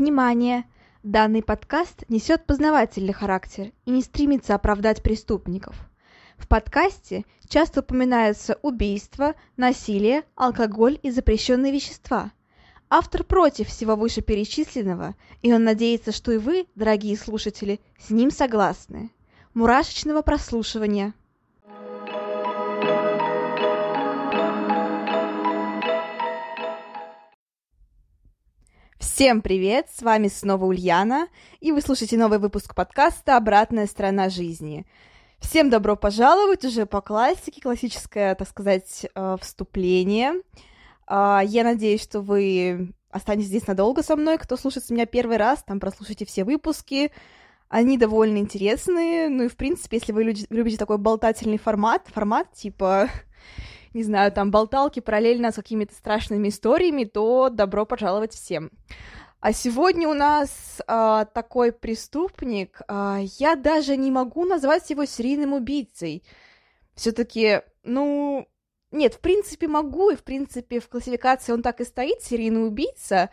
Внимание! Данный подкаст несет познавательный характер и не стремится оправдать преступников. В подкасте часто упоминаются убийства, насилие, алкоголь и запрещенные вещества. Автор против всего вышеперечисленного, и он надеется, что и вы, дорогие слушатели, с ним согласны. Мурашечного прослушивания! Всем привет, с вами снова Ульяна, и вы слушаете новый выпуск подкаста «Обратная сторона жизни». Всем добро пожаловать уже по классике, классическое, так сказать, вступление. Я надеюсь, что вы останетесь здесь надолго со мной, кто слушает меня первый раз, там прослушайте все выпуски, они довольно интересные, ну и в принципе, если вы любите такой болтательный формат типа... не знаю, там болталки параллельно с какими-то страшными историями, то добро пожаловать всем. А сегодня у нас такой преступник, я даже не могу назвать его серийным убийцей. Все-таки, нет, в принципе могу, и в принципе в классификации он так и стоит, серийный убийца,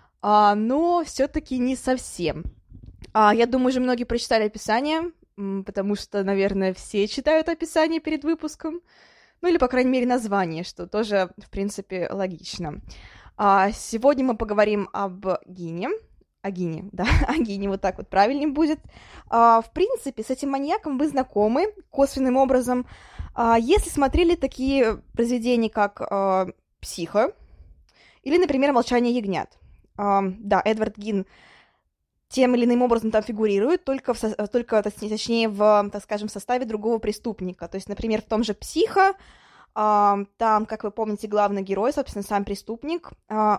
но все-таки не совсем. Я думаю, уже многие прочитали описание, потому что, наверное, все читают описание перед выпуском. Ну, или, по крайней мере, название, что тоже, в принципе, логично. Сегодня мы поговорим об Гине. О Гине, вот так вот правильнее будет. В принципе, с этим маньяком вы знакомы косвенным образом. Если смотрели такие произведения, как «Психо» или, например, «Молчание ягнят». Да, Эдвард Гин тем или иным образом там фигурирует, точнее, в, так скажем, составе другого преступника. То есть, например, в том же «Психо», там, как вы помните, главный герой, собственно, сам преступник,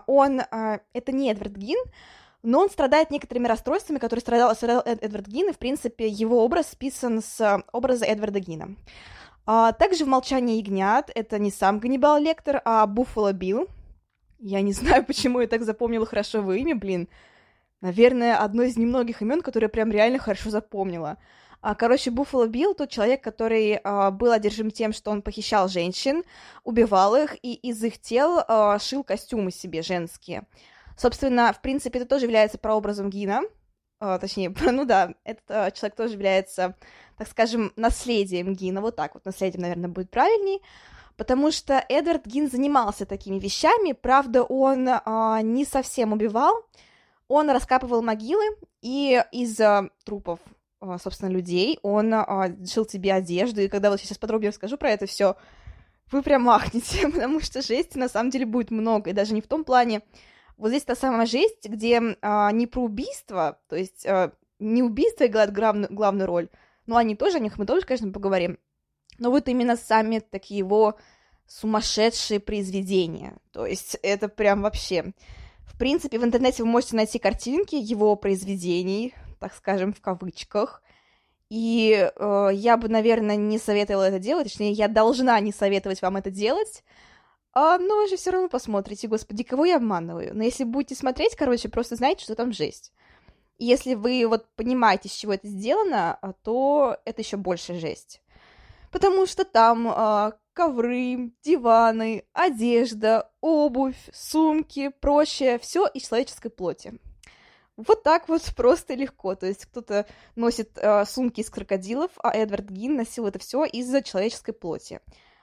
это не Эдвард Гин, но он страдает некоторыми расстройствами, которые страдал Эдвард Гин, и, в принципе, его образ списан с образа Эдварда Гина. Также в «Молчании ягнят» это не сам Ганнибал Лектор, а Буффало Билл. Я не знаю, почему я так запомнила хорошо его имя, Наверное, одно из немногих имен, которое я прям реально хорошо запомнила. Буффало Билл — тот человек, который был одержим тем, что он похищал женщин, убивал их и из их тел шил костюмы себе женские. Собственно, в принципе, это тоже является прообразом Гина. Этот человек тоже является, так скажем, наследием Гина. Вот так вот, наследием, наверное, будет правильней. Потому что Эдвард Гин занимался такими вещами, правда, он не совсем убивал. Он раскапывал могилы, и из трупов, собственно, людей он шил себе одежду, и когда вот сейчас подробнее расскажу про это все, вы прям ахнете, потому что жести на самом деле будет много, и даже не в том плане, вот здесь та самая жесть, где не про убийство, то есть не убийство играет главную роль, но о них мы тоже, конечно, поговорим, но вот именно сами такие его сумасшедшие произведения, то есть это прям вообще... В принципе, в интернете вы можете найти картинки его произведений, так скажем, в кавычках. И я бы, наверное, не советовала это делать, точнее, я должна не советовать вам это делать, но вы же все равно посмотрите, господи, кого я обманываю. Но если будете смотреть, просто знайте, что там жесть. И если вы вот понимаете, с чего это сделано, то это еще больше жесть. Потому что там ковры, диваны, одежда, обувь, сумки, прочее, все из человеческой плоти. Вот так вот просто и легко. То есть кто-то носит сумки из крокодилов, а Эдвард Гин носил это все из-за человеческой плоти.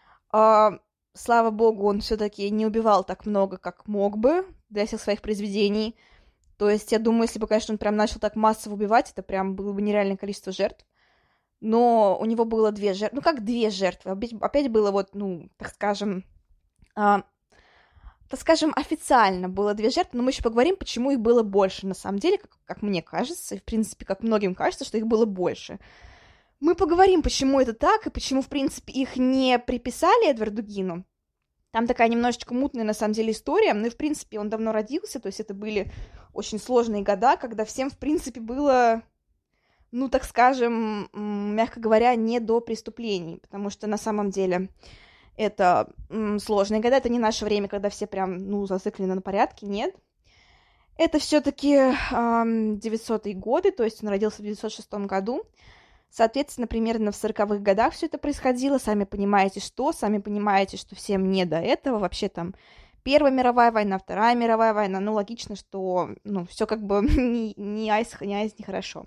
Слава богу, он все-таки не убивал так много, как мог бы для всех своих произведений. То есть я думаю, если бы, конечно, он прям начал так массово убивать, это прям было бы нереальное количество жертв. Но у него было 2 жертвы. Две жертвы. Опять было так скажем, официально было 2 жертвы, но мы еще поговорим, почему их было больше, на самом деле, как мне кажется, и, в принципе, как многим кажется, что их было больше. Мы поговорим, почему это так, и почему, в принципе, их не приписали Эдварду Гину. Там такая немножечко мутная, на самом деле, история, но, и, в принципе, он давно родился, то есть это были очень сложные года, когда всем, в принципе, было... так скажем, мягко говоря, не до преступлений, потому что на самом деле это сложные года, это не наше время, когда все прям, зациклены на порядке, нет. Это все-таки 900-е годы, то есть он родился в 906 году, соответственно, примерно в 40-х годах все это происходило, сами понимаете, что всем не до этого, вообще там Первая мировая война, Вторая мировая война. Ну, логично, что, все как бы не айс, не хорошо.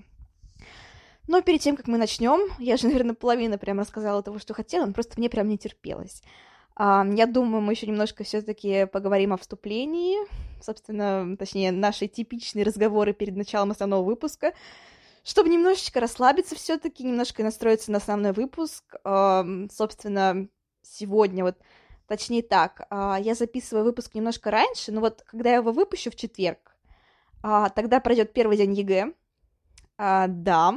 Но перед тем, как мы начнем, я же, наверное, половину прям рассказала того, что хотела, но просто мне прям не терпелось. Я думаю, мы еще немножко все-таки поговорим о вступлении, собственно, точнее, наши типичные разговоры перед началом основного выпуска, чтобы немножечко расслабиться все-таки, немножко настроиться на основной выпуск. Собственно, сегодня вот, точнее так, я записываю выпуск немножко раньше, но вот когда я его выпущу в четверг, тогда пройдет первый день ЕГЭ. Да.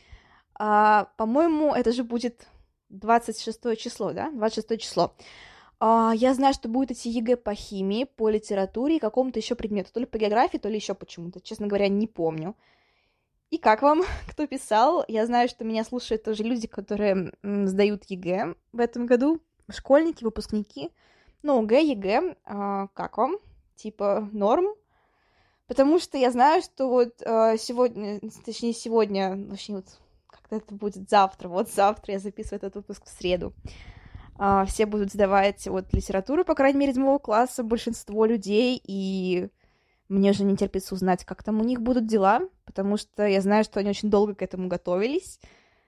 По-моему, это же будет 26 число, да? 26 число. Я знаю, что будет идти ЕГЭ по химии, по литературе и какому-то еще предмету. То ли по географии, то ли еще почему-то. Честно говоря, не помню. И как вам, кто писал? Я знаю, что меня слушают тоже люди, которые сдают ЕГЭ в этом году. Школьники, выпускники. Ну, ОГЭ, ЕГЭ. Как вам? Типа норм? Потому что я знаю, что вот сегодня, вот когда это будет завтра, вот завтра я записываю этот выпуск в среду. Все будут сдавать вот литературу, по крайней мере, из моего класса, большинство людей, и мне уже не терпится узнать, как там у них будут дела, потому что я знаю, что они очень долго к этому готовились.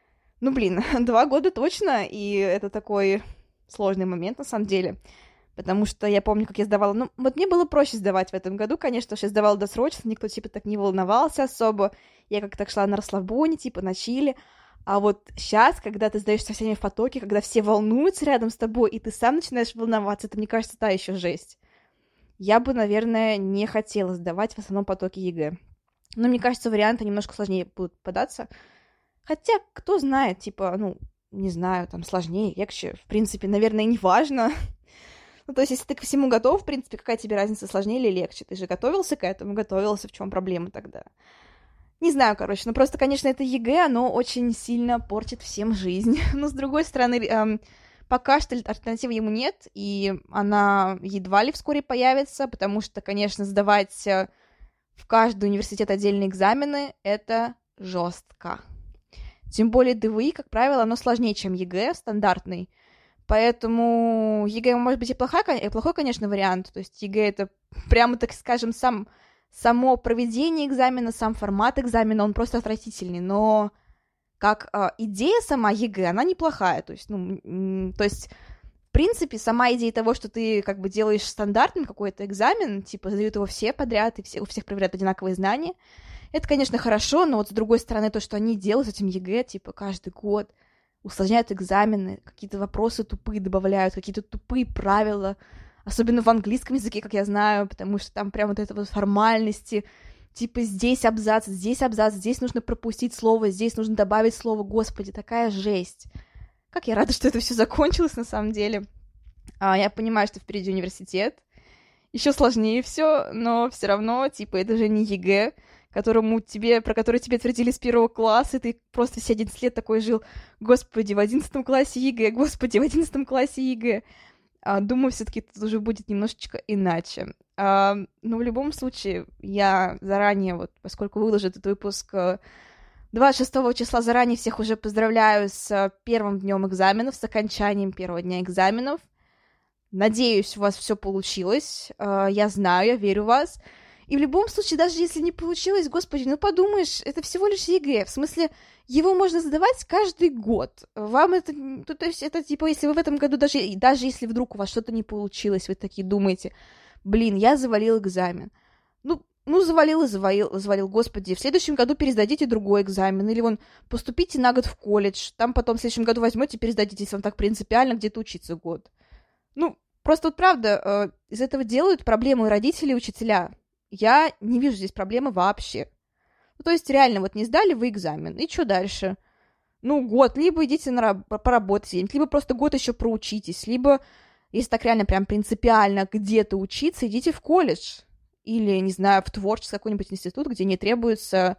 2 года точно, и это такой сложный момент, на самом деле, потому что я помню, как я сдавала, вот мне было проще сдавать в этом году, конечно, что я сдавала досрочно, никто, так не волновался особо, я как-то шла на расслабоне, на чиле. А вот сейчас, когда ты сдаешь со всеми в потоке, когда все волнуются рядом с тобой, и ты сам начинаешь волноваться, это, мне кажется, та еще жесть. Я бы, наверное, не хотела сдавать в основном потоке ЕГЭ. Но мне кажется, варианты немножко сложнее будут податься. Хотя, кто знает, не знаю, там, сложнее, легче. В принципе, наверное, не важно. То есть, если ты ко всему готов, в принципе, какая тебе разница, сложнее или легче? Ты же готовился к этому, готовился, в чем проблема тогда? Не знаю, просто, конечно, это ЕГЭ, оно очень сильно портит всем жизнь. Но, с другой стороны, пока что альтернативы ему нет, и она едва ли вскоре появится, потому что, конечно, сдавать в каждый университет отдельные экзамены — это жестко. Тем более ДВИ, как правило, оно сложнее, чем ЕГЭ стандартный. Поэтому ЕГЭ может быть и плохой, конечно, вариант. То есть ЕГЭ — это прямо, так скажем, само проведение экзамена, сам формат экзамена, он просто отвратительный, но как идея сама ЕГЭ, она неплохая, то есть, в принципе, сама идея того, что ты как бы делаешь стандартным какой-то экзамен, сдают его все подряд, и у всех проверяют одинаковые знания, это, конечно, хорошо, но вот с другой стороны, то, что они делают с этим ЕГЭ, каждый год усложняют экзамены, какие-то вопросы тупые добавляют, какие-то тупые правила, особенно в английском языке, как я знаю, потому что там прям вот это вот формальности, здесь абзац, здесь нужно пропустить слово, здесь нужно добавить слово, господи, такая жесть. Как я рада, что это все закончилось на самом деле. Я понимаю, что впереди университет, еще сложнее все, но все равно, это же не ЕГЭ, про который тебе твердили с 1 класса, и ты просто все 11 лет такой жил, господи, в 11 классе ЕГЭ, господи, в 11 классе ЕГЭ. Думаю, все-таки тут уже будет немножечко иначе. Но в любом случае, я заранее, поскольку выложу этот выпуск 26 числа, заранее всех уже поздравляю с первым днем экзаменов, с окончанием первого дня экзаменов. Надеюсь, у вас все получилось. Я знаю, я верю в вас. И в любом случае, даже если не получилось, господи, подумаешь, это всего лишь ЕГЭ. В смысле, его можно сдавать каждый год. Вам это... То есть это если вы в этом году, даже если вдруг у вас что-то не получилось, вы такие думаете, я завалил экзамен. Завалил и завалил, господи. В следующем году пересдадите другой экзамен. Или поступите на год в колледж. Там потом в следующем году возьмете, пересдадите, если вам так принципиально где-то учиться год. Просто правда, из этого делают проблему и родители, и учителя. Я не вижу здесь проблемы вообще. То есть, реально, не сдали вы экзамен, и что дальше? Год, либо идите поработать, либо просто год еще проучитесь, либо, если так реально прям принципиально где-то учиться, идите в колледж. Или, не знаю, в творческий какой-нибудь институт, где не требуется,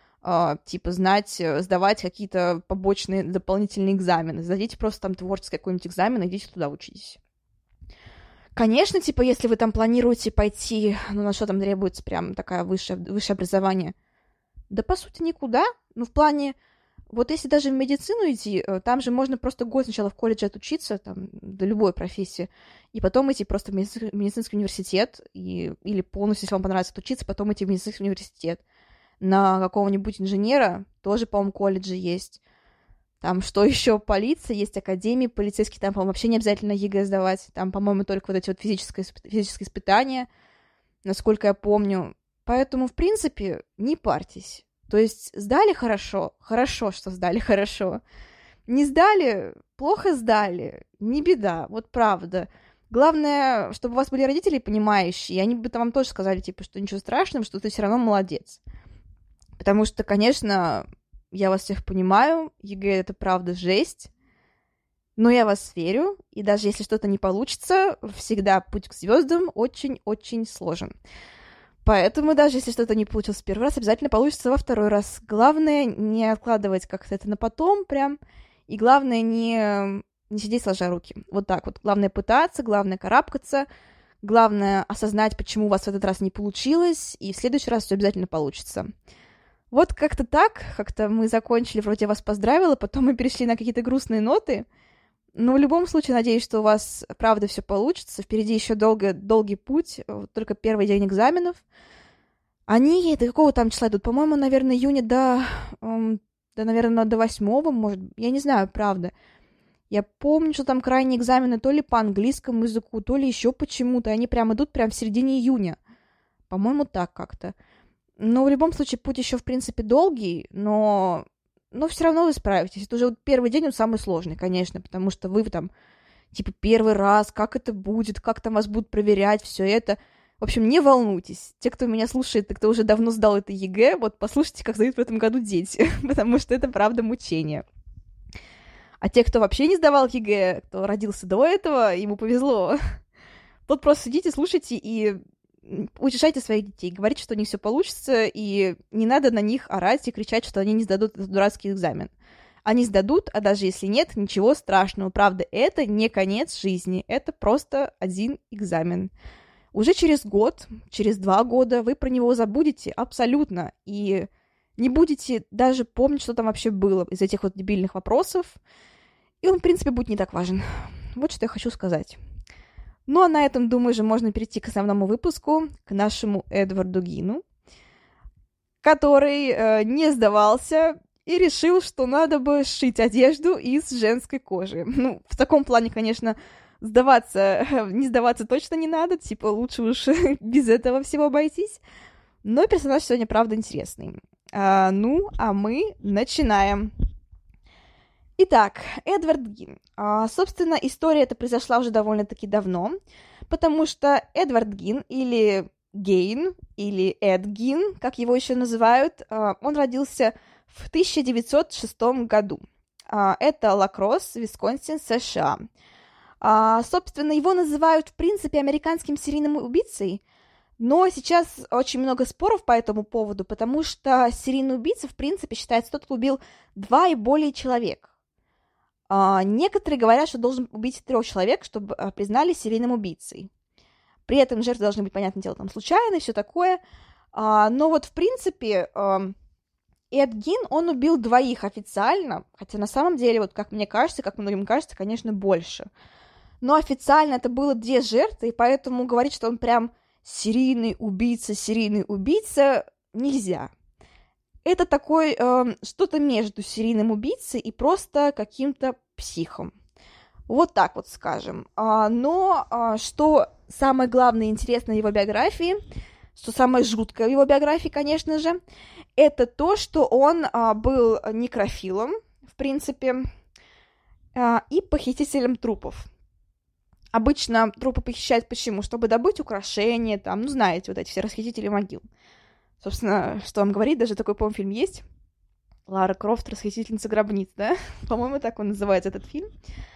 сдавать какие-то побочные дополнительные экзамены. Сдадите просто там творческий какой-нибудь экзамен, идите туда учитесь. Конечно, если вы там планируете пойти, на что там требуется прям такое высшее образование, да, по сути, никуда. В плане, Вот если даже в медицину идти, там же можно просто год сначала в колледже отучиться, там, до любой профессии, и потом идти просто в медицинский университет, или полностью, если вам понравится отучиться, потом идти в медицинский университет. На какого-нибудь инженера тоже, по-моему, колледжи есть. Там что еще? Полиция, есть академии полицейские, там, по-моему, вообще не обязательно ЕГЭ сдавать. Там, по-моему, только вот эти вот физические испытания, насколько я помню. Поэтому, в принципе, не парьтесь. То есть сдали хорошо, хорошо, что сдали хорошо. Не сдали, плохо сдали, не беда, вот правда. Главное, чтобы у вас были родители понимающие, и они бы вам тоже сказали, типа, что ничего страшного, что ты все равно молодец. Потому что, конечно, я вас всех понимаю, ЕГЭ — это правда жесть, но я вас верю, и даже если что-то не получится, всегда путь к звездам очень-очень сложен. Поэтому даже если что-то не получилось в первый раз, обязательно получится во второй раз. Главное не откладывать как-то это на потом прям, и главное не сидеть сложа руки. Вот так вот. Главное пытаться, главное карабкаться, главное осознать, почему у вас в этот раз не получилось, и в следующий раз все обязательно получится. Вот как-то так, как-то мы закончили, вроде я вас поздравила, потом мы перешли на какие-то грустные ноты. Но в любом случае, надеюсь, что у вас, правда, все получится. Впереди еще долгий путь, только первый день экзаменов. Они до какого там числа идут? По-моему, наверное, июня наверное, до 8-го, может, я не знаю, правда. Я помню, что там крайние экзамены то ли по английскому языку, то ли еще почему-то. Они прям идут прям в середине июня. По-моему, так как-то. Но в любом случае, путь еще, в принципе, долгий, но все равно вы справитесь. Это уже вот первый день, он самый сложный, конечно, потому что вы там, типа, первый раз, как это будет, как там вас будут проверять, все это. В общем, не волнуйтесь. Те, кто меня слушает, и кто уже давно сдал это ЕГЭ, вот послушайте, как сдают в этом году дети, потому что это, правда, мучение. А те, кто вообще не сдавал ЕГЭ, кто родился до этого, ему повезло. Вот просто сидите, слушайте и утешайте своих детей, говорите, что у них все получится, и не надо на них орать и кричать, что они не сдадут этот дурацкий экзамен. Они сдадут, а даже если нет, ничего страшного. Правда, это не конец жизни, это просто один экзамен. Уже через год, через 2 года вы про него забудете абсолютно, и не будете даже помнить, что там вообще было из этих вот дебильных вопросов, и он, в принципе, будет не так важен. Вот что я хочу сказать. Ну, а на этом, думаю, же можно перейти к основному выпуску, к нашему Эдварду Гину, который не сдавался и решил, что надо бы сшить одежду из женской кожи. Ну, в таком плане, конечно, не сдаваться точно не надо, типа лучше уж без этого всего обойтись. Но персонаж сегодня, правда, интересный. А мы начинаем. Итак, Эдвард Гин. Собственно, история эта произошла уже довольно-таки давно, потому что Эдвард Гин, или Гейн, или Эд Гин, как его еще называют, он родился в 1906 году. Это Лакросс, Висконсин, США. Собственно, его называют, в принципе, американским серийным убийцей, но сейчас очень много споров по этому поводу, потому что серийный убийца, в принципе, считается тот, кто убил 2 и более человек. Некоторые говорят, что должен убить 3 человек, чтобы признали серийным убийцей. При этом жертвы должны быть, понятное дело, там случайно и все такое. Но вот, в принципе, Эд Гин, он убил 2 официально, хотя на самом деле, вот как мне кажется, как многим кажется, конечно, больше. Но официально это было 2 жертвы, и поэтому говорить, что он прям серийный убийца, нельзя. Это такой что-то между серийным убийцей и просто каким-то психом. Вот так вот скажем. Но что самое главное и интересное в его биографии, что самое жуткое в его биографии, конечно же, это то, что он был некрофилом, в принципе, и похитителем трупов. Обычно трупы похищают почему? Чтобы добыть украшения, там, ну, знаете, вот эти все расхитители могил. Собственно, что вам говорить, даже такой, по-моему, фильм есть. Лара Крофт, расхитительница гробниц, да? По-моему, так он называется, этот фильм.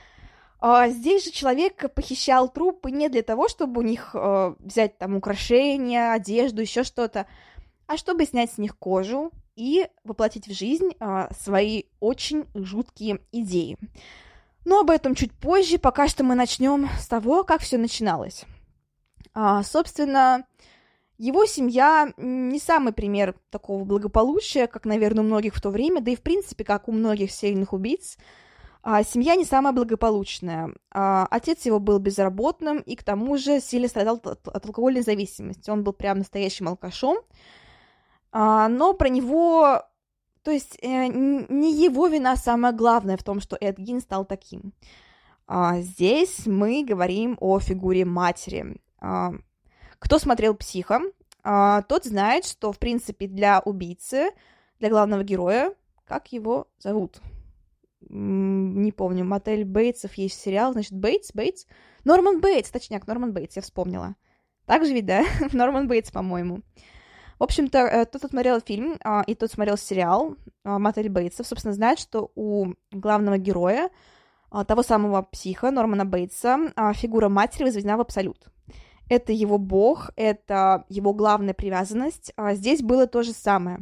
Здесь же человек похищал трупы не для того, чтобы у них взять там украшения, одежду, еще что-то, а чтобы снять с них кожу и воплотить в жизнь свои очень жуткие идеи. Но об этом чуть позже, пока что мы начнем с того, как все начиналось. Собственно, Его семья не самый пример такого благополучия, как, наверное, у многих в то время, да и, в принципе, как у многих серийных убийц. Семья не самая благополучная. Отец его был безработным и, к тому же, сильно страдал от алкогольной зависимости. Он был прям настоящим алкашом. Но про него... То есть не его вина самое главное в том, что Эд Гин стал таким. Здесь мы говорим о фигуре матери. Кто смотрел «Психо», тот знает, что, в принципе, для убийцы, для главного героя, как его зовут? Не помню, «Мотель Бейтсов» есть сериал, значит, Бейтс? Норман Бейтс, точняк, Норман Бейтс, я вспомнила. Так же ведь, да? Норман Бейтс, по-моему. В общем-то, тот, кто смотрел фильм, и тот смотрел сериал «Мотель Бейтсов», собственно, знает, что у главного героя, того самого психа, Нормана Бейтса, фигура матери возведена в абсолют. Это его бог, это его главная привязанность. Здесь было то же самое.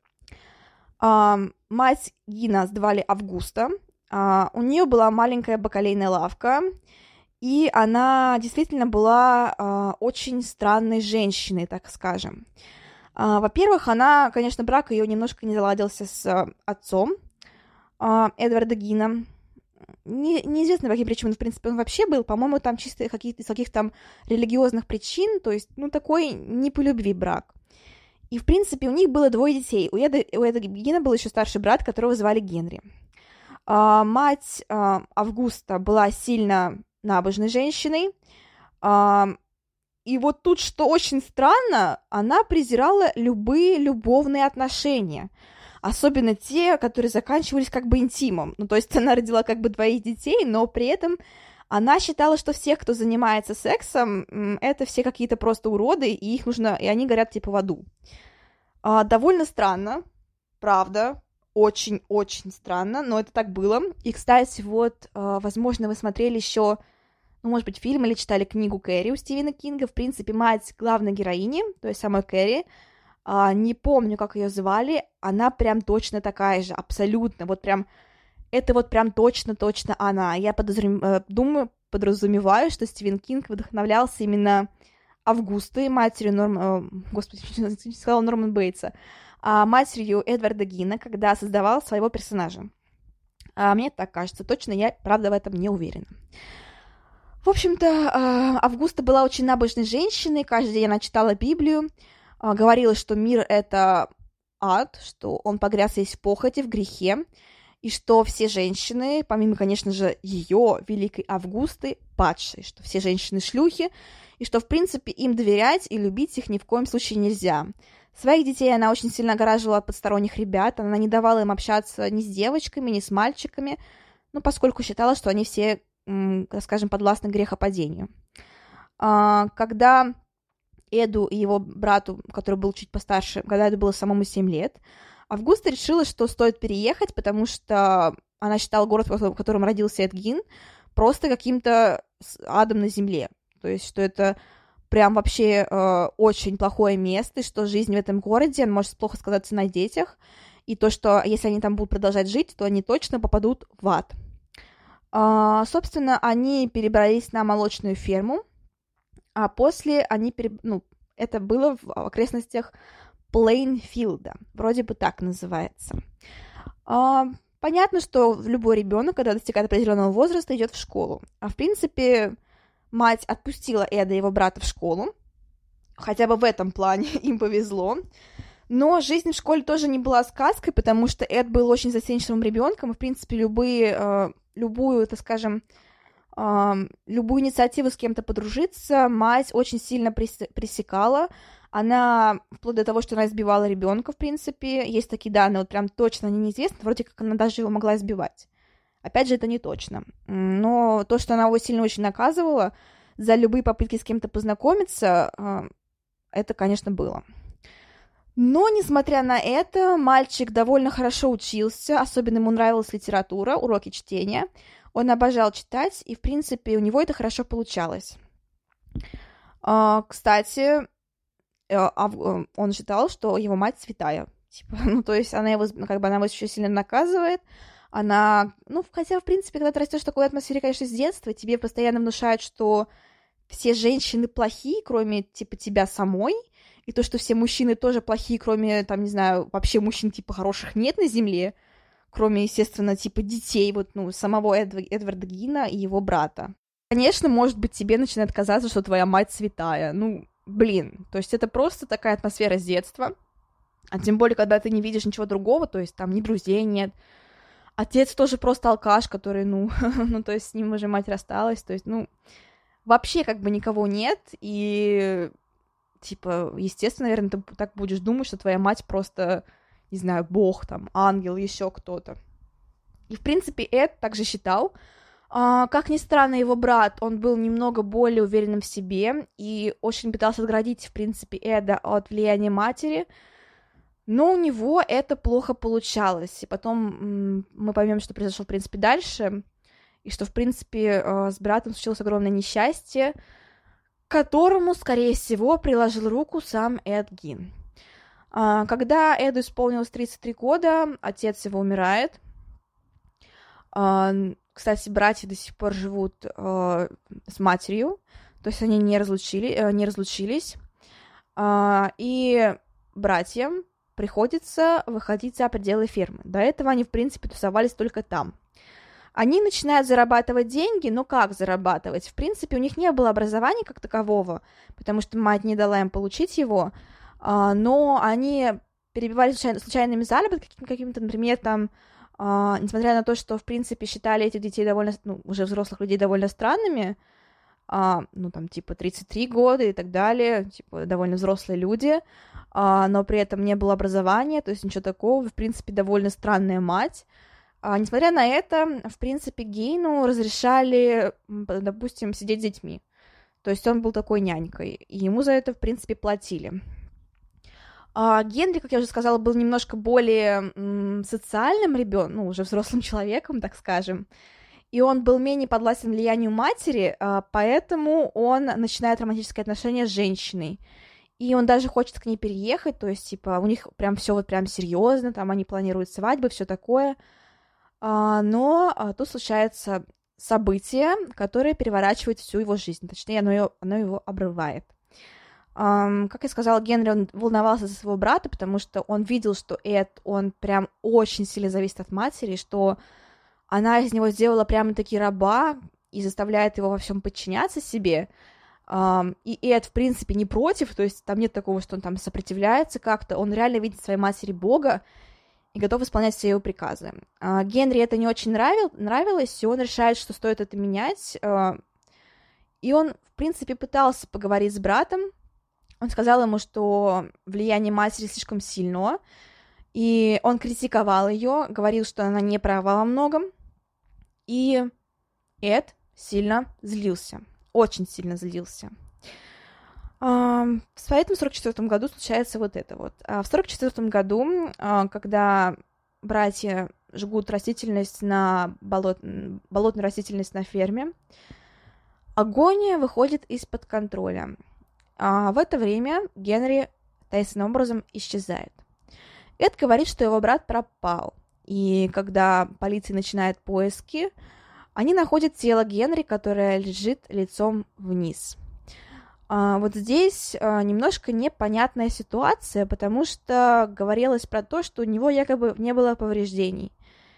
Мать Гина звали Августа. У нее была маленькая бакалейная лавка, и она действительно была очень странной женщиной, так скажем. Во-первых, она, конечно, брак ее немножко не заладился с отцом Эдварда Гина. Неизвестно, по каким причинам, в принципе, он вообще был. По-моему, там чисто из каких-то там религиозных причин, то есть, такой не по любви брак. И, в принципе, у них было 2 детей. У Эда Гина был еще старший брат, которого звали Генри. Мать Августа была сильно набожной женщиной. И вот тут, что очень странно, она презирала любые любовные отношения. Особенно те, которые заканчивались как бы интимом. То есть она родила как бы 2 детей, но при этом она считала, что всех, кто занимается сексом, это все какие-то просто уроды, и их нужно, и они горят типа в аду. Довольно странно, правда, очень-очень странно, но это так было. И, кстати, вот, возможно, вы смотрели еще, может быть, фильм или читали книгу «Кэрри» у Стивена Кинга. В принципе, мать главной героини, то есть самой Кэрри, не помню, как ее звали, она прям точно такая же, абсолютно, вот прям, это вот прям точно она. Я подразумеваю, что Стивен Кинг вдохновлялся именно Августой, матерью Норман Бейтса, матерью Эдварда Гина, когда создавал своего персонажа. Мне так кажется, точно, я, правда, в этом не уверена. В общем-то, Августа была очень набожной женщиной, каждый день она читала Библию, говорила, что мир — это ад, что он погряз весь в похоти, в грехе, и что все женщины, помимо, конечно же, ее, великой Августы, падшие, что все женщины шлюхи, и что, в принципе, им доверять и любить их ни в коем случае нельзя. Своих детей она очень сильно огораживала от посторонних ребят, она не давала им общаться ни с девочками, ни с мальчиками, поскольку считала, что они все, так скажем, подвластны грехопадению. Когда Эду и его брату, который был чуть постарше, когда Эду было самому 7 лет, Августа решила, что стоит переехать, потому что она считала город, в котором родился Эд Гин, просто каким-то адом на земле. То есть, что это прям вообще очень плохое место, и что жизнь в этом городе может плохо сказаться на детях, и то, что если они там будут продолжать жить, то они точно попадут в ад. Собственно, они перебрались на молочную ферму, а после они это было в окрестностях Плейнфилда, вроде бы так называется. Понятно, что любой ребенок, когда достигает определенного возраста, идет в школу. В принципе, мать отпустила Эда и его брата в школу, хотя бы в этом плане им повезло. Но жизнь в школе тоже не была сказкой, потому что Эд был очень застенчивым ребенком, и, в принципе, любую, так скажем, любую инициативу с кем-то подружиться мать очень сильно пресекала. Она, вплоть до того, что она избивала ребенка, в принципе. Есть такие данные, вот прям точно они неизвестны, вроде как она даже его могла избивать. Опять же, это не точно. Но то, что она его сильно очень наказывала за любые попытки с кем-то познакомиться, это, конечно, было. Но, несмотря на это, мальчик довольно хорошо учился, особенно ему нравилась литература, уроки чтения. Он обожал читать, и, в принципе, у него это хорошо получалось. Кстати, он считал, что его мать святая. То есть она его еще сильно наказывает. Хотя, в принципе, когда ты растешь в такой атмосфере, конечно, с детства, тебе постоянно внушают, что все женщины плохие, кроме, тебя самой, и то, что все мужчины тоже плохие, кроме, там, не знаю, вообще мужчин, типа, хороших нет на земле, кроме, естественно, типа, детей, вот, ну, самого Эдварда Гина и его брата. Конечно, может быть, тебе начинает казаться, что твоя мать святая. Ну, блин, то есть это просто такая атмосфера с детства, а тем более, когда ты не видишь ничего другого, то есть там ни друзей нет. Отец тоже просто алкаш, который, ну, ну, то есть с ним уже мать рассталась, то есть, ну, вообще как бы никого нет, и, типа, естественно, наверное, ты так будешь думать, что твоя мать просто, не знаю, бог, там, ангел, еще кто-то. И, в принципе, Эд также считал, как ни странно, его брат, он был немного более уверенным в себе и очень пытался отгородить, в принципе, Эда от влияния матери, но у него это плохо получалось. И потом мы поймем, что произошло, в принципе, дальше, и что, в принципе, с братом случилось огромное несчастье, к которому, скорее всего, приложил руку сам Эд Гин. Когда Эду исполнилось 33 года, отец его умирает. Кстати, братья до сих пор живут с матерью, то есть они не разлучились, и братьям приходится выходить за пределы фермы. До этого они, в принципе, тусовались только там. Они начинают зарабатывать деньги, но как зарабатывать? В принципе, у них не было образования как такового, потому что мать не дала им получить его, но они перебивали случайными заработками какими-то, например, там, несмотря на то, что, в принципе, считали этих детей довольно, ну, уже взрослых людей довольно странными, ну, там, типа, 33 года и так далее, типа, довольно взрослые люди, но при этом не было образования, то есть ничего такого, в принципе, довольно странная мать. Несмотря на это, в принципе, Гейну разрешали, допустим, сидеть с детьми, то есть он был такой нянькой, и ему за это, в принципе, платили. Генри, как я уже сказала, был немножко более социальным ребенком, ну, уже взрослым человеком, так скажем, и он был менее подвластен влиянию матери, поэтому он начинает романтические отношения с женщиной, и он даже хочет к ней переехать, то есть, типа, у них прям все вот прям серьезно, там они планируют свадьбы, все такое, но тут случается событие, которое переворачивает всю его жизнь, точнее, оно его обрывает. Как я сказала, Генри, он волновался за своего брата, потому что он видел, что Эд, он прям очень сильно зависит от матери, что она из него сделала прямо-таки раба и заставляет его во всем подчиняться себе, и Эд, в принципе, не против, то есть там нет такого, что он там сопротивляется как-то, он реально видит в своей матери Бога и готов исполнять все его приказы. Генри это не очень нравилось, и он решает, что стоит это менять, и он, в принципе, пытался поговорить с братом. Он сказал ему, что влияние матери слишком сильно, и он критиковал ее, говорил, что она не права во многом, и Эд сильно злился, очень сильно злился. Поэтому в 1944 году случается вот это вот. В 1944 году, когда братья жгут растительность болотную растительность на ферме, огонь выходит из-под контроля. В это время Генри таинственным образом исчезает. Эд говорит, что его брат пропал, и когда полиция начинает поиски, они находят тело Генри, которое лежит лицом вниз. Вот здесь немножко непонятная ситуация, потому что говорилось про то, что у него якобы не было повреждений,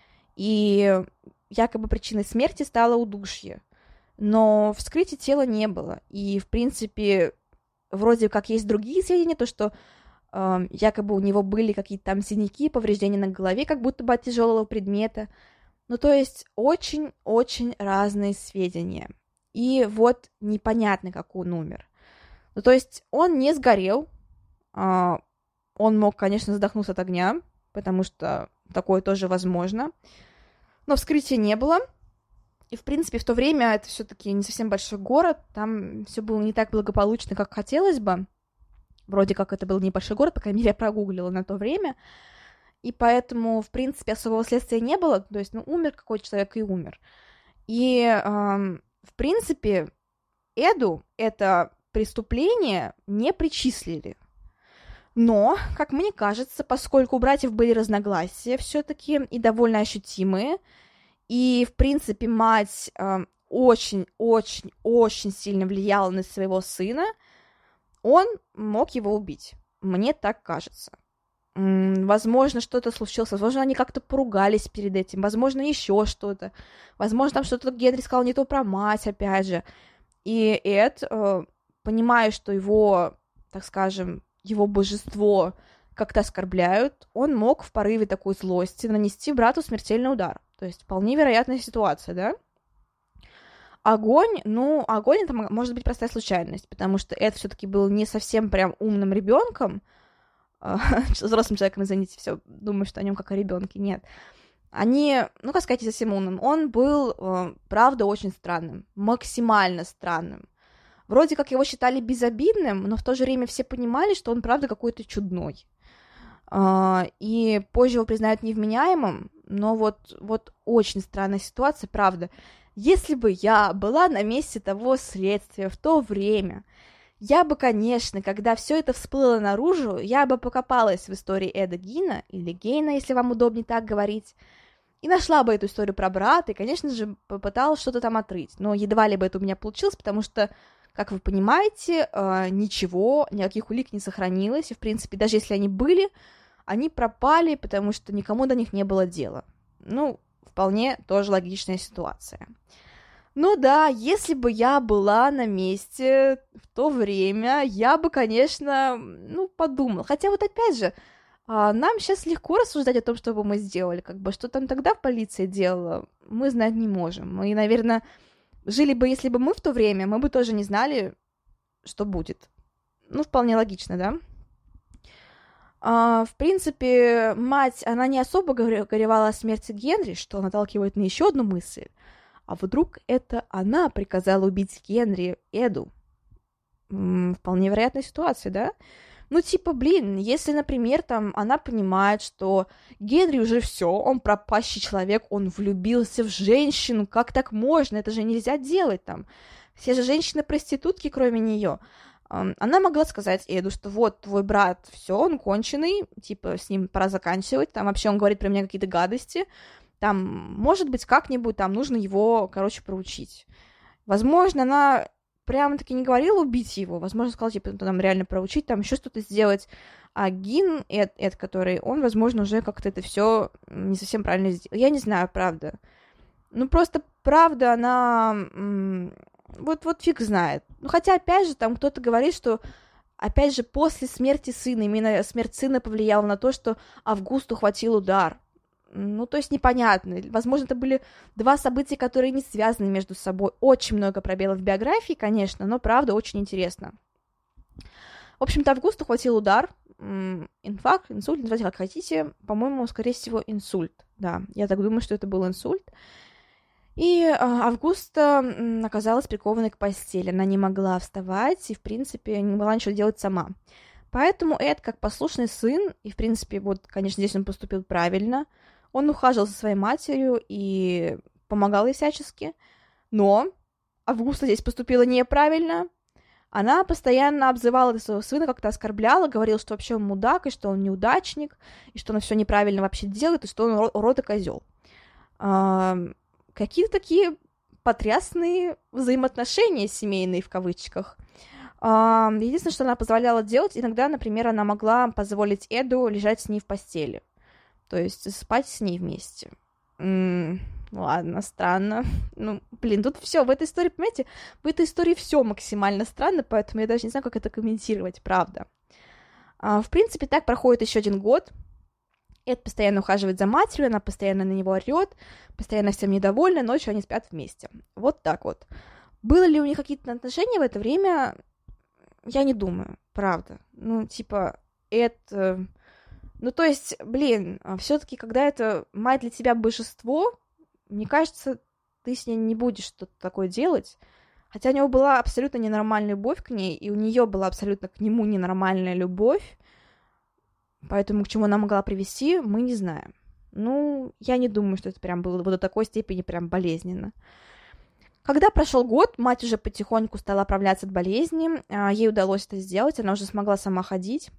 и якобы причиной смерти стало удушье, но вскрытия тела не было, и, в принципе, вроде как есть другие сведения, то, что якобы у него были какие-то там синяки, повреждения на голове, как будто бы от тяжелого предмета. Ну, то есть очень-очень разные сведения. И вот непонятно, как он умер. Ну, то есть он не сгорел, он мог, конечно, задохнуться от огня, потому что такое тоже возможно, но вскрытия не было. И, в принципе, в то время это все-таки не совсем большой город, там все было не так благополучно, как хотелось бы. Вроде как это был небольшой город, по крайней мере, я прогуглила на то время. И поэтому, в принципе, особого следствия не было. То есть, ну, умер какой-то человек и умер. И, в принципе, Эду это преступление не причислили. Но, как мне кажется, поскольку у братьев были разногласия все-таки и довольно ощутимые, и, в принципе, мать очень-очень-очень сильно влияла на своего сына, он мог его убить. Мне так кажется. Возможно, что-то случилось, возможно, они как-то поругались перед этим, возможно, еще что-то. Возможно, там что-то Генри сказал не то про мать, опять же. И Эд, понимая, что его, так скажем, его божество как-то оскорбляют, он мог в порыве такой злости нанести брату смертельный удар. То есть вполне вероятная ситуация, да? Огонь это может быть простая случайность, потому что Эд все-таки был не совсем прям умным ребенком, взрослым человеком, извините, все, думаю, что о нем как о ребенке, нет. Как сказать, не совсем умным. Он был, правда, очень странным, максимально странным. Вроде как его считали безобидным, но в то же время все понимали, что он, правда, какой-то чудной. И позже его признают невменяемым, но вот очень странная ситуация, правда. Если бы я была на месте того следствия в то время, я бы, конечно, когда все это всплыло наружу, я бы покопалась в истории Эда Гина, или Гейна, если вам удобнее так говорить, и нашла бы эту историю про брата, и, конечно же, попыталась что-то там отрыть. Но едва ли бы это у меня получилось, потому что, как вы понимаете, никаких улик не сохранилось, и, в принципе, даже если они были, они пропали, потому что никому до них не было дела. Вполне тоже логичная ситуация. Да, если бы я была на месте в то время, я бы, конечно, подумала. Хотя вот опять же, нам сейчас легко рассуждать о том, что бы мы сделали. Что там тогда в полиции делала, мы знать не можем. Мы, наверное, жили бы, если бы мы в то время, мы бы тоже не знали, что будет. Вполне логично, да? В принципе, мать, она не особо горевала о смерти Генри, что наталкивает на еще одну мысль. А вдруг это она приказала убить Генри Эду? Вполне вероятная ситуация, да? Если, например, там она понимает, что Генри уже все, он пропащий человек, он влюбился в женщину, как так можно? Это же нельзя делать там. Все же женщины-проститутки, кроме нее. Она могла сказать Эду, что вот твой брат, все, он конченый, с ним пора заканчивать, там вообще он говорит про меня какие-то гадости, там, может быть, как-нибудь там нужно его, проучить. Возможно, она прямо-таки не говорила убить его, возможно, сказала, там реально проучить, там еще что-то сделать, а Гин, Эд, который, он, возможно, уже как-то это все не совсем правильно сделал. Я не знаю, правда. Просто правда, она... Вот фиг знает. Хотя, опять же, там кто-то говорит, что, опять же, после смерти сына, именно смерть сына повлияла на то, что Августу хватил удар. То есть непонятно. Возможно, это были два события, которые не связаны между собой. Очень много пробелов в биографии, конечно, но, правда, очень интересно. В общем-то, Августу хватил удар. Инфаркт, инсульт, называйте как хотите. По-моему, скорее всего, инсульт. Да, я так думаю, что это был инсульт. И Августа оказалась прикованной к постели. Она не могла вставать и, в принципе, не могла ничего делать сама. Поэтому Эд, как послушный сын, и, в принципе, конечно, здесь он поступил правильно, он ухаживал за своей матерью и помогал ей всячески, но Августа здесь поступила неправильно. Она постоянно обзывала своего сына, как-то оскорбляла, говорила, что вообще он мудак, и что он неудачник, и что он все неправильно вообще делает, и что он урод и козел. Какие-то такие потрясные взаимоотношения семейные, в кавычках. Единственное, что она позволяла делать, иногда, например, она могла позволить Эду лежать с ней в постели. То есть спать с ней вместе. Ладно, странно. Тут все в этой истории, понимаете, в этой истории все максимально странно, поэтому я даже не знаю, как это комментировать, правда. В принципе, так проходит еще 1 год. Эд постоянно ухаживает за матерью, она постоянно на него орет, постоянно всем недовольна, ночью они спят вместе. Вот так вот. Было ли у них какие-то отношения в это время? Я не думаю, правда. Эд... то есть, все-таки, когда это мать для тебя божество, мне кажется, ты с ней не будешь что-то такое делать. Хотя у него была абсолютно ненормальная любовь к ней, и у нее была абсолютно к нему ненормальная любовь. Поэтому к чему она могла привести, мы не знаем. Я не думаю, что это прям было до такой степени прям болезненно. Когда прошел год, мать уже потихоньку стала оправляться от болезни, ей удалось это сделать, она уже смогла сама ходить.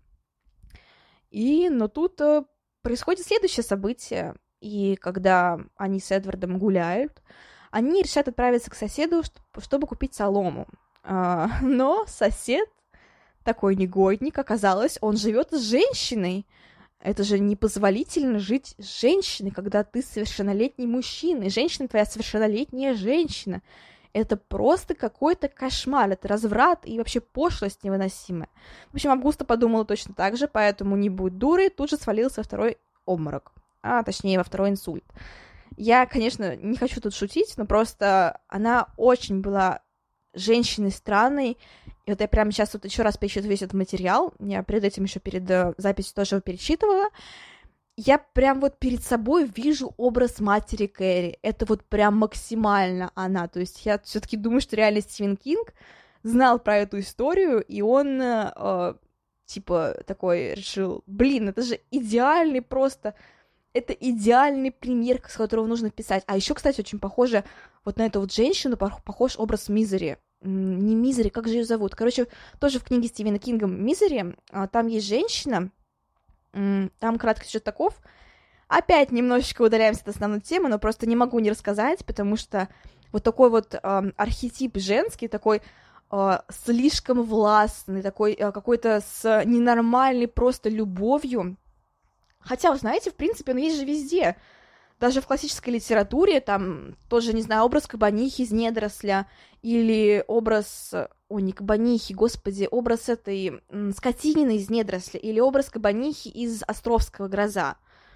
Но тут происходит следующее событие, и когда они с Эдвардом гуляют, они решают отправиться к соседу, чтобы купить солому. Но сосед такой негодник, оказалось, он живет с женщиной. Это же непозволительно жить с женщиной, когда ты совершеннолетний мужчина, и женщина твоя совершеннолетняя женщина. Это просто какой-то кошмар, это разврат и вообще пошлость невыносимая. В общем, Августа подумала точно так же, поэтому не будь дурой, тут же свалился во второй обморок, точнее, во второй инсульт. Я, конечно, не хочу тут шутить, но просто она очень была женщиной странной, и вот я прямо сейчас вот еще раз перечитываю весь этот материал, я перед этим еще перед записью тоже его перечитывала, я прям вот перед собой вижу образ матери Кэрри, это вот прям максимально она, то есть я все-таки думаю, что реально Стивен Кинг знал про эту историю, и он типа такой решил, это же идеальный просто, это идеальный пример, с которого нужно писать. А еще, кстати, очень похоже вот на эту вот женщину, похож образ Мизери. Не Мизери, как же ее зовут? Короче, тоже в книге Стивена Кинга «Мизери» там есть женщина, там краткий сюжет таков. Опять немножечко удаляемся от основной темы, но просто не могу не рассказать, потому что вот такой вот архетип женский, такой слишком властный, такой какой-то с ненормальной просто любовью. Хотя, вы знаете, в принципе, он есть же везде. Даже в классической литературе, там, тоже, не знаю, образ кабанихи из «Недоросля», или образ, не кабанихи, господи, образ этой скотинины из «Недоросля», или образ кабанихи из «Островского гроза».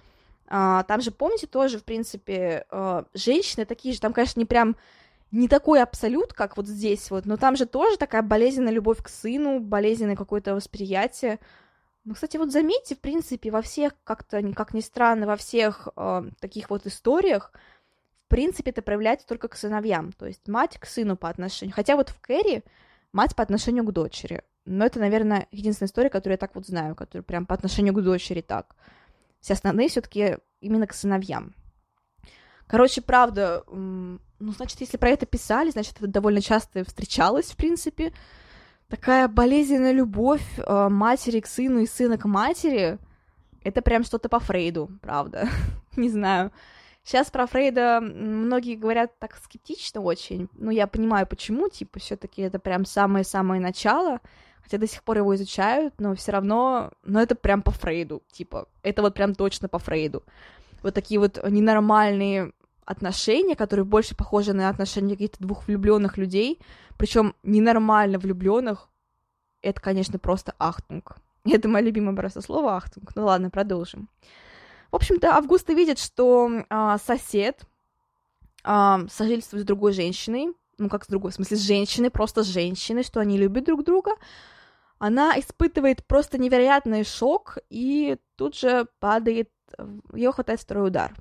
Там же, помните, тоже, в принципе, женщины такие же, там, конечно, не такой абсолют, как вот здесь вот, но там же тоже такая болезненная любовь к сыну, болезненное какое-то восприятие. Ну, кстати, вот заметьте, в принципе, во всех, как-то, как ни странно, во всех таких вот историях, в принципе, это проявляется только к сыновьям, то есть мать к сыну по отношению. Хотя вот в Кэрри мать по отношению к дочери. Но это, наверное, единственная история, которую я так вот знаю, которая прям по отношению к дочери так. Все остальные все-таки именно к сыновьям. Короче, правда, значит, если про это писали, значит, это довольно часто встречалось, в принципе. Такая болезненная любовь матери к сыну и сына к матери, это прям что-то по Фрейду, правда. Не знаю. Сейчас про Фрейда многие говорят так скептично очень, но я понимаю, почему, типа, все-таки это прям самое-самое начало, хотя до сих пор его изучают, но все равно, это прям по Фрейду, типа, это вот прям точно по Фрейду. Вот такие вот ненормальные отношения, которые больше похожи на отношения каких-то двух влюбленных людей, причем ненормально влюбленных, это, конечно, просто ахтунг. Это мое любимое просто слово ахтунг. Ну ладно, продолжим. В общем-то, Августа видит, что сосед сожительствует с другой женщиной, как с другой, в смысле, с женщиной, просто с женщиной, что они любят друг друга. Она испытывает просто невероятный шок, и тут же падает, ее хватает второй удар.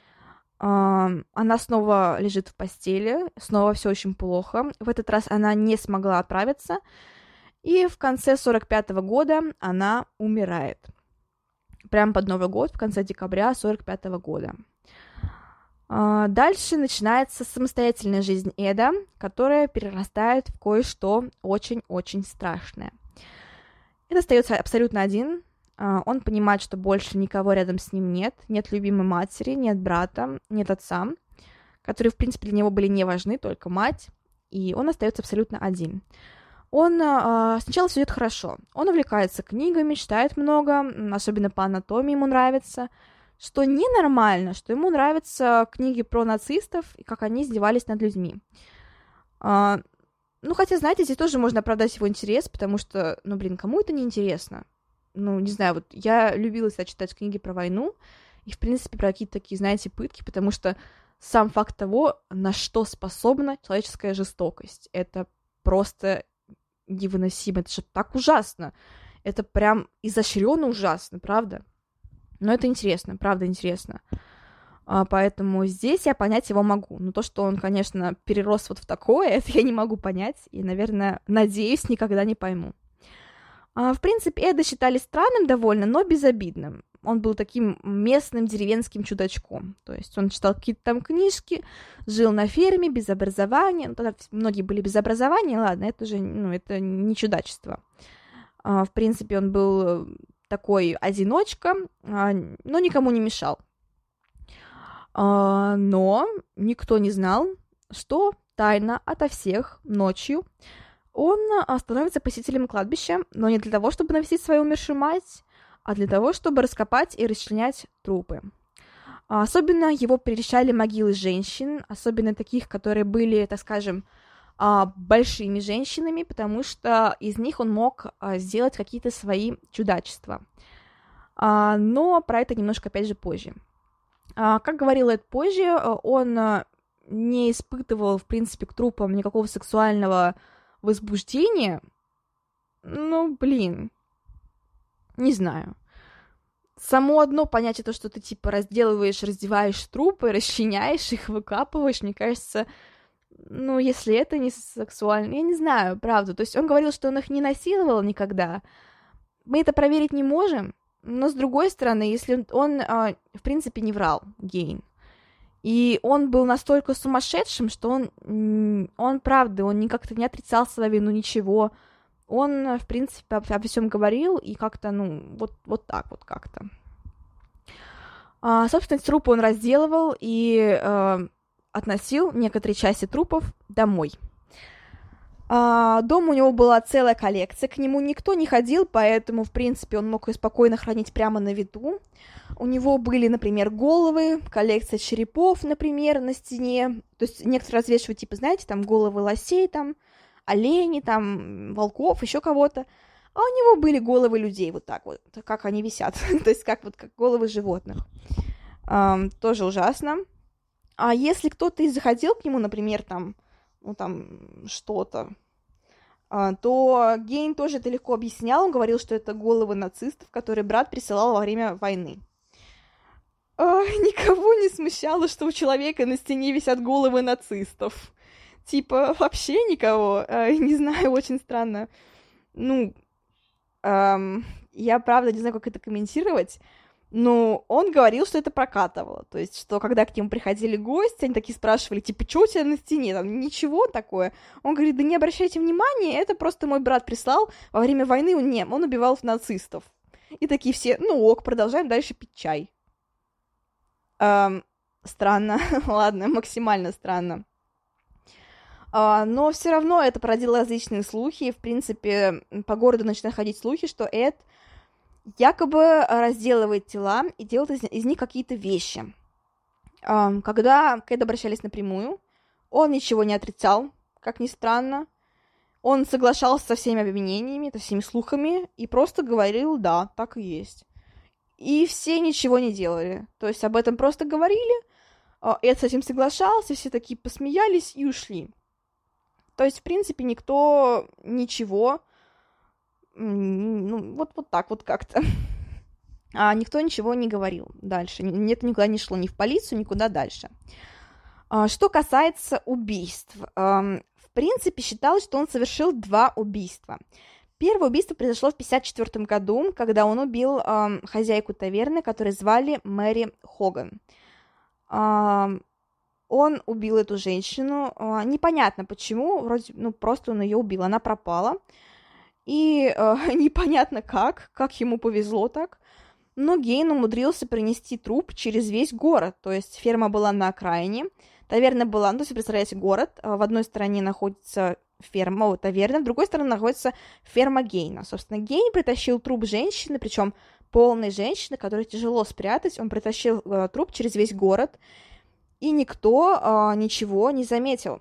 Она снова лежит в постели, снова все очень плохо. В этот раз она не смогла оправиться, и в конце 45-го года она умирает. Прямо под Новый год, в конце декабря 45-го года. Дальше начинается самостоятельная жизнь Эда, которая перерастает в кое-что очень-очень страшное. Эд остается абсолютно один. Он понимает, что больше никого рядом с ним нет. Нет любимой матери, нет брата, нет отца, которые, в принципе, для него были не важны, только мать. И он остается абсолютно один. Он сначала все идет хорошо. Он увлекается книгами, читает много, особенно по анатомии ему нравится, что ненормально, что ему нравятся книги про нацистов и как они издевались над людьми. Хотя, знаете, здесь тоже можно оправдать его интерес, потому что, кому это не интересно? Не знаю, вот я любила всегда читать книги про войну и, в принципе, про какие-то такие, знаете, пытки, потому что сам факт того, на что способна человеческая жестокость, это просто невыносимо, это же так ужасно, это прям изощренно ужасно, правда? Но это интересно, правда интересно. Поэтому здесь я понять его могу. Но то, что он, конечно, перерос вот в такое, это я не могу понять и, наверное, надеюсь, никогда не пойму. В принципе, Эда считали странным довольно, но безобидным. Он был таким местным деревенским чудачком. То есть он читал какие-то там книжки, жил на ферме, без образования. Тогда многие были без образования, ладно, это же, это не чудачество. В принципе, он был такой одиночка, но никому не мешал. Но никто не знал, что тайно ото всех ночью Он становится посетителем кладбища, но не для того, чтобы навестить свою умершую мать, а для того, чтобы раскопать и расчленять трупы. Особенно его прельщали могилы женщин, особенно таких, которые были, так скажем, большими женщинами, потому что из них он мог сделать какие-то свои чудачества. Но про это немножко, опять же, позже. Как говорил Эд позже, он не испытывал, в принципе, к трупам никакого сексуального возбуждения. Ну, блин, не знаю. Само одно понятие, то, что ты, типа, разделываешь, раздеваешь трупы, расчленяешь их, выкапываешь, мне кажется, ну, если это не сексуально, я не знаю, правда. То есть он говорил, что он их не насиловал никогда. Мы это проверить не можем, но, с другой стороны, если он в принципе, не врал, Гейн, и он был настолько сумасшедшим, что он правда, он как-то не отрицал свою вину, ничего. Он, в принципе, обо всем говорил, и как-то, ну, вот так вот как-то. Собственно, трупы он разделывал и относил некоторые части трупов домой. Дома у него была целая коллекция, к нему никто не ходил, поэтому, в принципе, он мог ее спокойно хранить прямо на виду. У него были, например, головы, коллекция черепов, например, на стене. То есть некоторые развешивают, типа, знаете, там головы лосей, там, оленей, там, волков, еще кого-то. А у него были головы людей, вот так вот, как они висят, то есть как головы животных. Тоже ужасно. А если кто-то и заходил к нему, например, там, ну, там, что-то, то Гейн тоже это легко объяснял. Он говорил, что это головы нацистов, которые брат присылал во время войны. Никого не смущало, что у человека на стене висят головы нацистов. Типа, вообще никого. Не знаю, очень странно. Ну, я правда не знаю, как это комментировать. Но он говорил, что это прокатывало. То есть, что когда к нему приходили гости, они такие спрашивали, типа, что у тебя на стене? Там ничего такое. Он говорит, да не обращайте внимания, это просто мой брат прислал. Во время войны он убивал нацистов. И такие все, ну ок, продолжаем дальше пить чай. Странно. Ладно, максимально странно. Но все равно это породило различные слухи. В принципе, по городу начинают ходить слухи, что Эд якобы разделывает тела и делает из них какие-то вещи. Когда к Эду обращались напрямую, он ничего не отрицал, как ни странно. Он соглашался со всеми обвинениями, со всеми слухами и просто говорил, да, так и есть. И все ничего не делали. То есть об этом просто говорили, Эд с этим соглашался, все такие посмеялись и ушли. То есть, в принципе, никто ничего... Ну, вот так вот как-то. Никто ничего не говорил дальше. Это никуда не шло ни в полицию, никуда дальше. Что касается убийств. В принципе, считалось, что он совершил 2 убийства. Первое убийство произошло в 1954 году, когда он убил хозяйку таверны, которую звали Мэри Хоган. Он убил эту женщину. Непонятно почему, вроде, просто он ее убил. Она пропала. И непонятно как ему повезло так, но Гейн умудрился принести труп через весь город, то есть ферма была на окраине, таверна была, то есть, представляете, город, в одной стороне находится ферма, таверна, в другой стороне находится ферма Гейна. Собственно, Гейн притащил труп женщины, причем полной женщины, которую тяжело спрятать, он притащил труп через весь город, и никто ничего не заметил.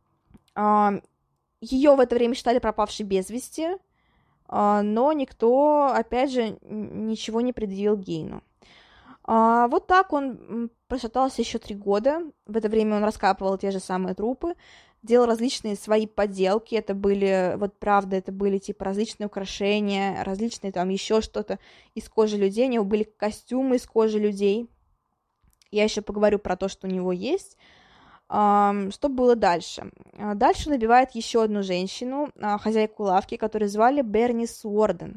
Ее в это время считали пропавшей без вести, но никто, опять же, ничего не предъявил Гейну. Вот так он прошатался еще 3 года. В это время он раскапывал те же самые трупы, делал различные свои поделки. Это были, вот правда, это были типа различные украшения, различные там еще что-то из кожи людей. У него были костюмы из кожи людей. Я еще поговорю про то, что у него есть. Что было дальше? Дальше он убивает еще одну женщину, хозяйку лавки, которую звали Бернис Уорден.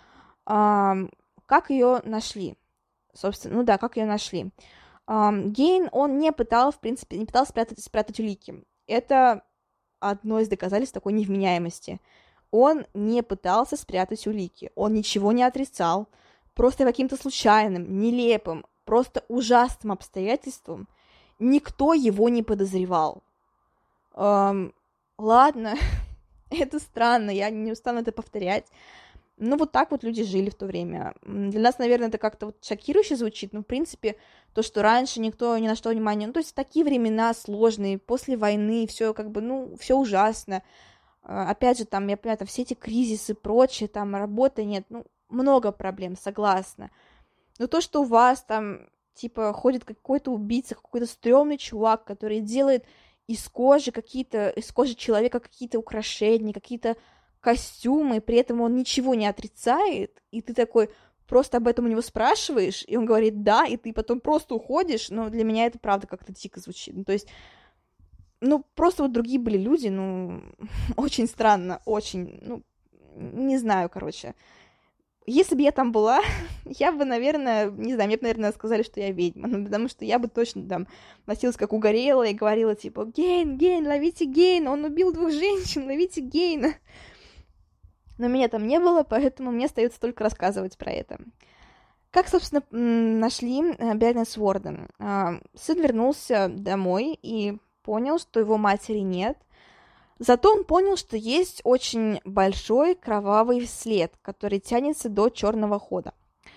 Как ее нашли? Собственно, как ее нашли? Гейн, он не пытался спрятать улики. Это одно из доказательств такой невменяемости. Он не пытался спрятать улики. Он ничего не отрицал. Просто каким-то случайным, нелепым, просто ужасным обстоятельством никто его не подозревал. Ладно, Это странно, я не устану это повторять. Ну, вот так вот люди жили в то время. Для нас, наверное, это как-то вот шокирующе звучит, но, в принципе, то, что раньше никто ни на что внимания... Ну, то есть такие времена сложные, после войны, все как бы, ну, все ужасно. Опять же, там, я понимаю, там все эти кризисы и прочее, там, работы нет, ну, много проблем, согласна. Но то, что у вас там, типа, ходит какой-то убийца, какой-то стрёмный чувак, который делает из кожи человека какие-то украшения, какие-то костюмы, и при этом он ничего не отрицает, и ты такой просто об этом у него спрашиваешь, и он говорит «да», и ты потом просто уходишь, но для меня это правда как-то дико звучит. Ну, то есть, ну, просто вот другие были люди, ну, очень странно, очень, ну, не знаю, короче. Если бы я там была, я бы, наверное, не знаю, мне бы, наверное, сказали, что я ведьма, ну, потому что я бы точно там носилась как угорелая и говорила, типа, Гейн, ловите Гейна, он убил 2 женщин, ловите Гейна. Но меня там не было, поэтому мне остается только рассказывать про это. Как, собственно, нашли Бернис Уорден? Сын вернулся домой и понял, что его матери нет. Зато он понял, что есть очень большой кровавый след, который тянется до черного хода.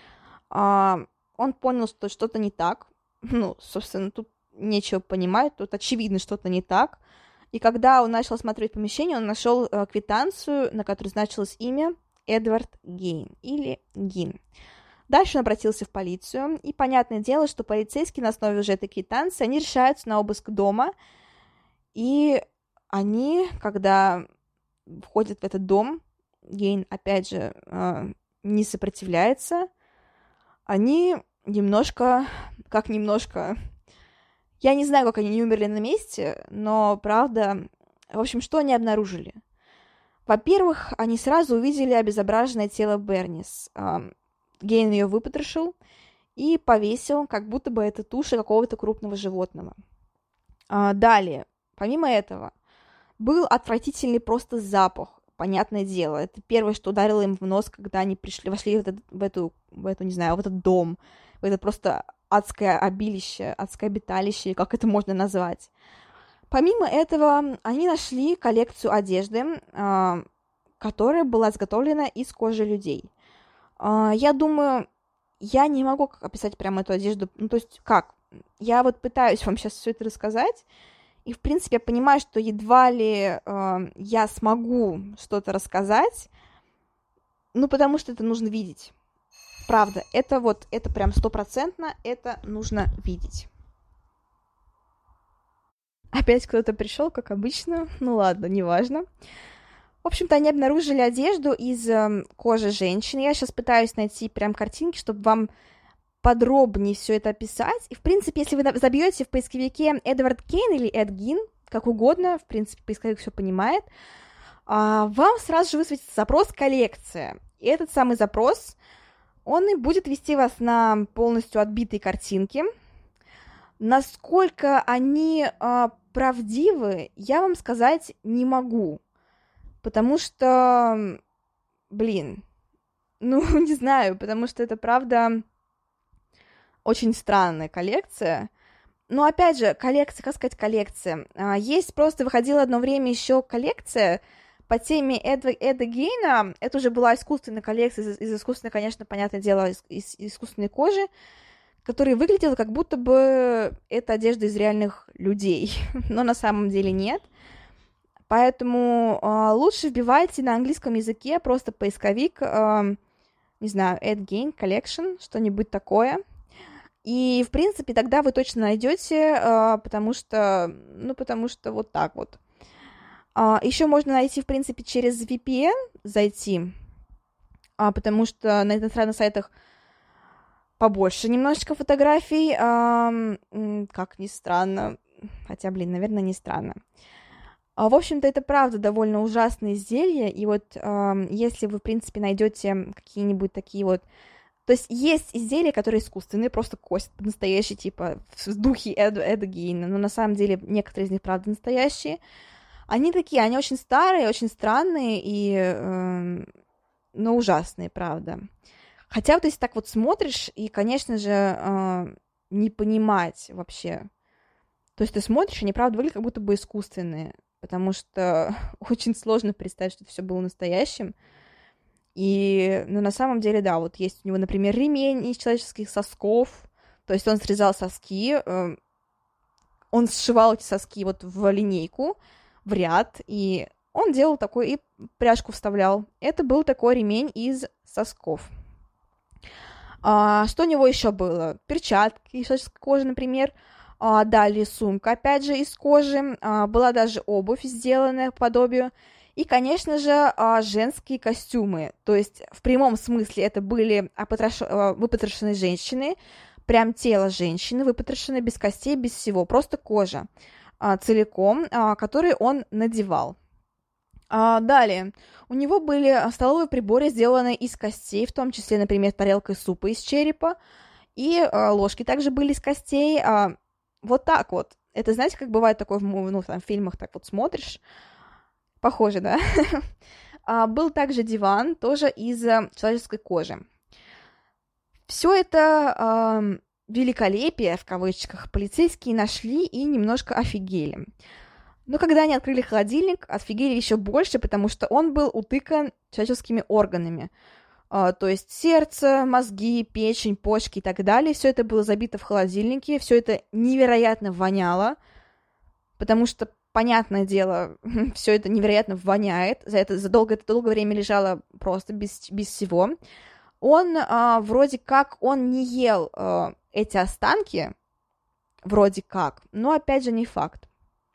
Он понял, что что-то не так. Ну, собственно, тут нечего понимать, тут очевидно что-то не так. И когда он начал осматривать помещение, он нашел квитанцию, на которой значилось имя Эдвард Гейн или Гин. Дальше он обратился в полицию, и понятное дело, что полицейские на основе уже этой квитанции, они решаются на обыск дома, и они, когда входят в этот дом, Гейн, опять же, не сопротивляется, они немножко, я не знаю, как они не умерли на месте, но, правда, в общем, что они обнаружили? Во-первых, они сразу увидели обезображенное тело Бернис. Гейн ее выпотрошил и повесил, как будто бы это туша какого-то крупного животного. Далее, помимо этого, был отвратительный просто запах, понятное дело. Это первое, что ударило им в нос, когда они вошли в этот дом, в это просто адское обилище, адское обиталище, или как это можно назвать. Помимо этого, они нашли коллекцию одежды, которая была изготовлена из кожи людей. Я думаю, я не могу описать прямо эту одежду, ну, то есть как? Я вот пытаюсь вам сейчас все это рассказать, и, в принципе, я понимаю, что едва ли я смогу что-то рассказать, ну, потому что это нужно видеть. Правда, это прям 100%, это нужно видеть. Опять кто-то пришел, как обычно. Ну ладно, неважно. В общем-то, они обнаружили одежду из кожи женщины. Я сейчас пытаюсь найти прям картинки, чтобы вам подробнее все это описать. И, в принципе, если вы забьете в поисковике Эдвард Гейн или Эд Гин, как угодно, в принципе, поисковик все понимает, вам сразу же высветится запрос «коллекция». И этот самый запрос, он и будет вести вас на полностью отбитые картинки. Насколько они правдивы, я вам сказать не могу. Потому что, не знаю, потому что это, правда, очень странная коллекция. Но, опять же, коллекция. Есть просто, выходила одно время еще коллекция по теме Эда Гейна. Это уже была искусственная коллекция, из искусственной, конечно, понятное дело, из искусственной кожи, которая выглядела, как будто бы это одежда из реальных людей. Но на самом деле нет. Поэтому лучше вбивайте на английском языке просто поисковик, не знаю, Ed Gein Collection, что-нибудь такое. И, в принципе, тогда вы точно найдете, потому что вот так вот. Еще можно найти, в принципе, через VPN зайти, потому что на иностранных сайтах побольше немножечко фотографий, как ни странно, хотя, наверное, не странно. В общем-то, это правда довольно ужасные изделия, и вот если вы, в принципе, найдете какие-нибудь такие вот... То есть есть изделия, которые искусственные, просто кость настоящие, типа в духе Эда Гейна, но на самом деле некоторые из них, правда, настоящие. Они очень старые, очень странные, но ужасные, правда. Хотя вот если так вот смотришь, и, конечно же, не понимать вообще... То есть ты смотришь, они, правда, выглядят как будто бы искусственные. потому что очень сложно представить, что это все было настоящим. И, ну, на самом деле, да, вот есть у него, например, ремень из человеческих сосков, то есть он срезал соски, он сшивал эти соски вот в линейку, в ряд, и он делал такой, и пряжку вставлял. Это был такой ремень из сосков. Что у него еще было? Перчатки из человеческой кожи, например. Далее сумка, опять же, из кожи. Была даже обувь, сделанная по подобию. И, конечно же, женские костюмы. То есть, в прямом смысле, это были выпотрошенные женщины, прям тело женщины, выпотрошенное без костей, без всего, просто кожа целиком, который он надевал. Далее, у него были столовые приборы, сделанные из костей, в том числе, например, тарелка супа из черепа, и ложки также были из костей. Вот так вот. Это, знаете, как бывает такое в фильмах, так вот смотришь, похоже, да? Был также диван, тоже из человеческой кожи. Все это великолепие, в кавычках, полицейские нашли и немножко офигели. Но когда они открыли холодильник, офигели еще больше, потому что он был утыкан человеческими органами. То есть сердце, мозги, печень, почки и так далее. Все это было забито в холодильнике, все это невероятно воняло, потому что, понятное дело, все это невероятно воняет. За долгое время лежало просто без всего. Он вроде как, он не ел эти останки, вроде как, но опять же не факт.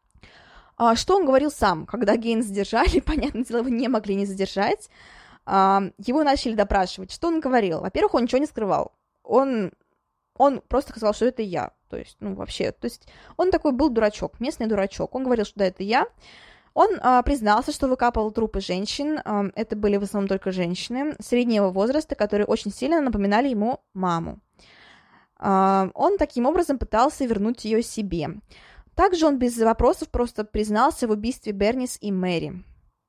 Что он говорил сам, когда Гейна задержали, понятное дело, его не могли не задержать, его начали допрашивать. Что он говорил? Во-первых, он ничего не скрывал, он просто сказал, что это я, то есть, вообще, то есть он такой был дурачок, местный дурачок, он говорил, что да, это я. Он признался, что выкапывал трупы женщин, это были в основном только женщины среднего возраста, которые очень сильно напоминали ему маму. Он таким образом пытался вернуть ее себе. Также он без вопросов просто признался в убийстве Бернис и Мэри.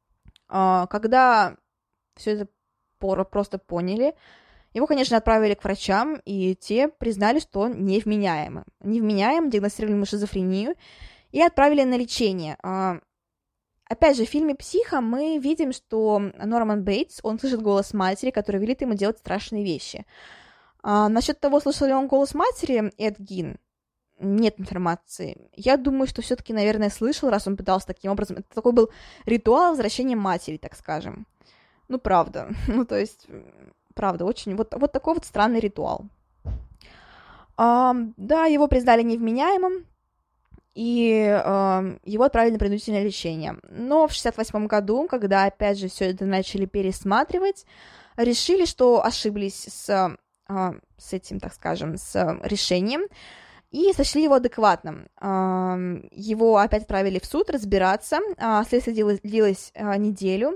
Когда все это просто поняли, его, конечно, отправили к врачам, и те признали, что он невменяем, диагностировали ему шизофрению и отправили на лечение. Опять же, в фильме «Психо» мы видим, что Норман Бейтс, он слышит голос матери, которая велит ему делать страшные вещи. Насчет того, слышал ли он голос матери, Эд Гин, нет информации. Я думаю, что все-таки, наверное, слышал, раз он пытался таким образом. Это такой был ритуал возвращения матери, так скажем. Правда. То есть, правда, очень... Вот такой вот странный ритуал. Да, его признали невменяемым, и его отправили на принудительное лечение. Но в 1968 году, когда, опять же, все это начали пересматривать, решили, что ошиблись с этим, так скажем, с решением, и сочли его адекватным. Его опять отправили в суд разбираться. Следствие длилось неделю.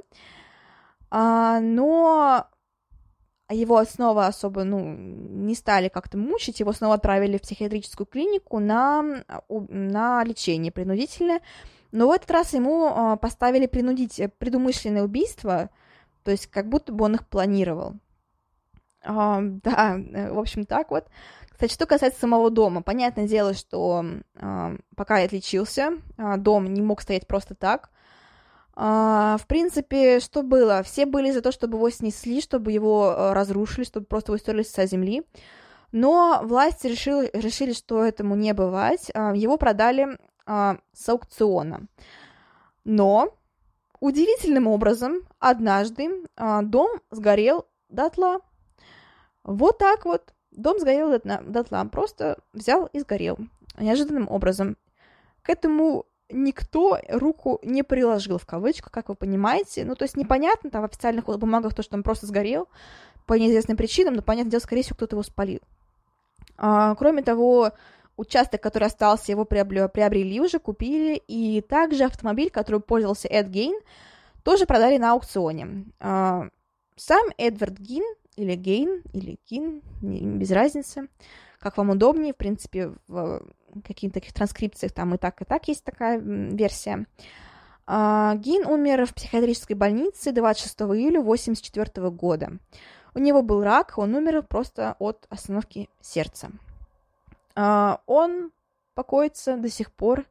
Но его снова особо, не стали как-то мучить. Его снова отправили в психиатрическую клинику на лечение принудительное. Но в этот раз ему поставили предумышленное убийство, то есть как будто бы он их планировал. Да, в общем, так вот. Кстати, что касается самого дома, понятное дело, что пока я отличился, дом не мог стоять просто так. В принципе, что было? Все были за то, чтобы его снесли, чтобы его разрушили, чтобы просто его стерли со земли. Но власти решили, что этому не бывать. Его продали с аукциона. Но удивительным образом однажды дом сгорел дотла. Вот так вот. Дом сгорел дотла. Просто взял и сгорел. Неожиданным образом. К этому никто руку не приложил, в кавычках, как вы понимаете. То есть непонятно, там в официальных бумагах то, что он просто сгорел по неизвестным причинам, но, понятное дело, скорее всего, кто-то его спалил. Кроме того, участок, который остался, его приобрели уже, купили, и также автомобиль, которым пользовался Эд Гейн, тоже продали на аукционе. Сам Эдвард Гин, или Гейн, или Гин, без разницы, как вам удобнее, в принципе, в каких-то таких транскрипциях там и так есть такая версия. Гин умер в психиатрической больнице 26 июля 1984 года. У него был рак, он умер просто от остановки сердца. Он покоится до сих пор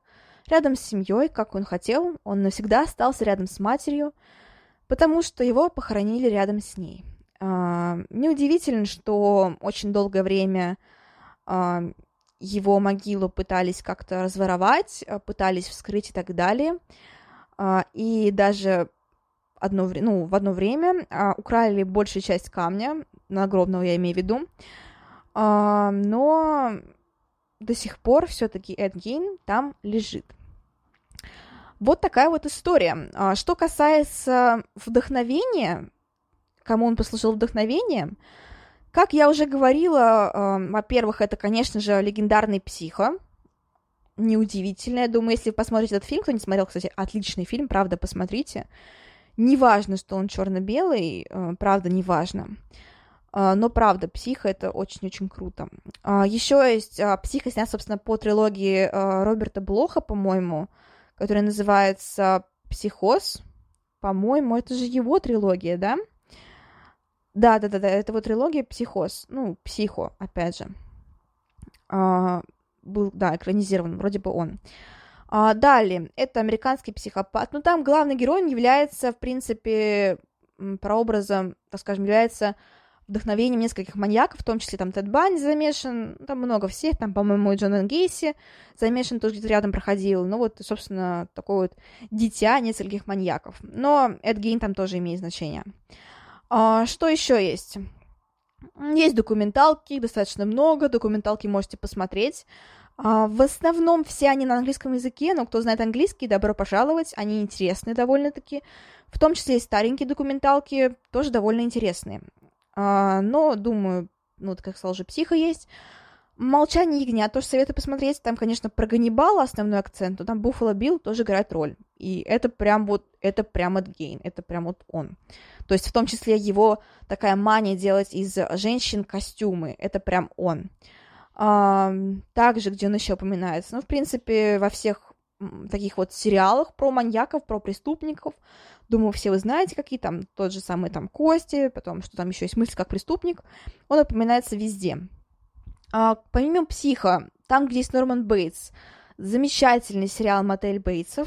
рядом с семьей, как он хотел. Он навсегда остался рядом с матерью, потому что его похоронили рядом с ней. Неудивительно, что очень долгое время его могилу пытались как-то разворовать, пытались вскрыть и так далее. И даже в одно время украли большую часть камня, надгробного я имею в виду, но до сих пор все-таки Эд Гейн там лежит. Вот такая вот история. Что касается вдохновения, кому он послужил вдохновением, как я уже говорила, во-первых, это, конечно же, легендарный «Психо». Неудивительно, я думаю, если вы посмотрите этот фильм, кто не смотрел, кстати, отличный фильм, правда, посмотрите. Неважно, что он черно-белый, правда, неважно. Но, правда, «Психо» — это очень-очень круто. Еще есть «Психо», снят, собственно, по трилогии Роберта Блоха, по-моему, которая называется «Психоз». По-моему, это же его трилогия, да? Да, это вот трилогия «Психоз». Ну, «Психо», опять же. Был, да, экранизирован, вроде бы он. Далее, это «Американский психопат». Ну, там главным героем является, в принципе, прообразом, так скажем, является вдохновением нескольких маньяков, в том числе там Тед Банди замешан, там много всех, там, по-моему, и Джон Гейси замешан, тоже где-то рядом проходил. Ну, вот, собственно, такое вот дитя нескольких маньяков. Но Эд Гейн там тоже имеет значение. Что еще есть? Есть документалки, их достаточно много, документалки можете посмотреть. В основном все они на английском языке, но кто знает английский, добро пожаловать, они интересные довольно-таки. В том числе и старенькие документалки, тоже довольно интересные. Но, думаю, ну, как сказал же, «Психо» есть. «Молчание ягнят» тоже советую посмотреть. Там, конечно, про Ганнибала основной акцент, но там Буффало Билл тоже играет роль. И это прям Эд Гейн, это прям вот он. То есть в том числе его такая мания делать из женщин костюмы, это прям он. Также, где он еще упоминается, ну, в принципе, во всех таких вот сериалах про маньяков, про преступников, думаю, все вы знаете, какие там, тот же самый там Кости, потом, что там еще есть «Мысль как преступник», он упоминается везде. Помимо «Психо», там, где есть Норман Бейтс, замечательный сериал «Мотель Бейтсов»,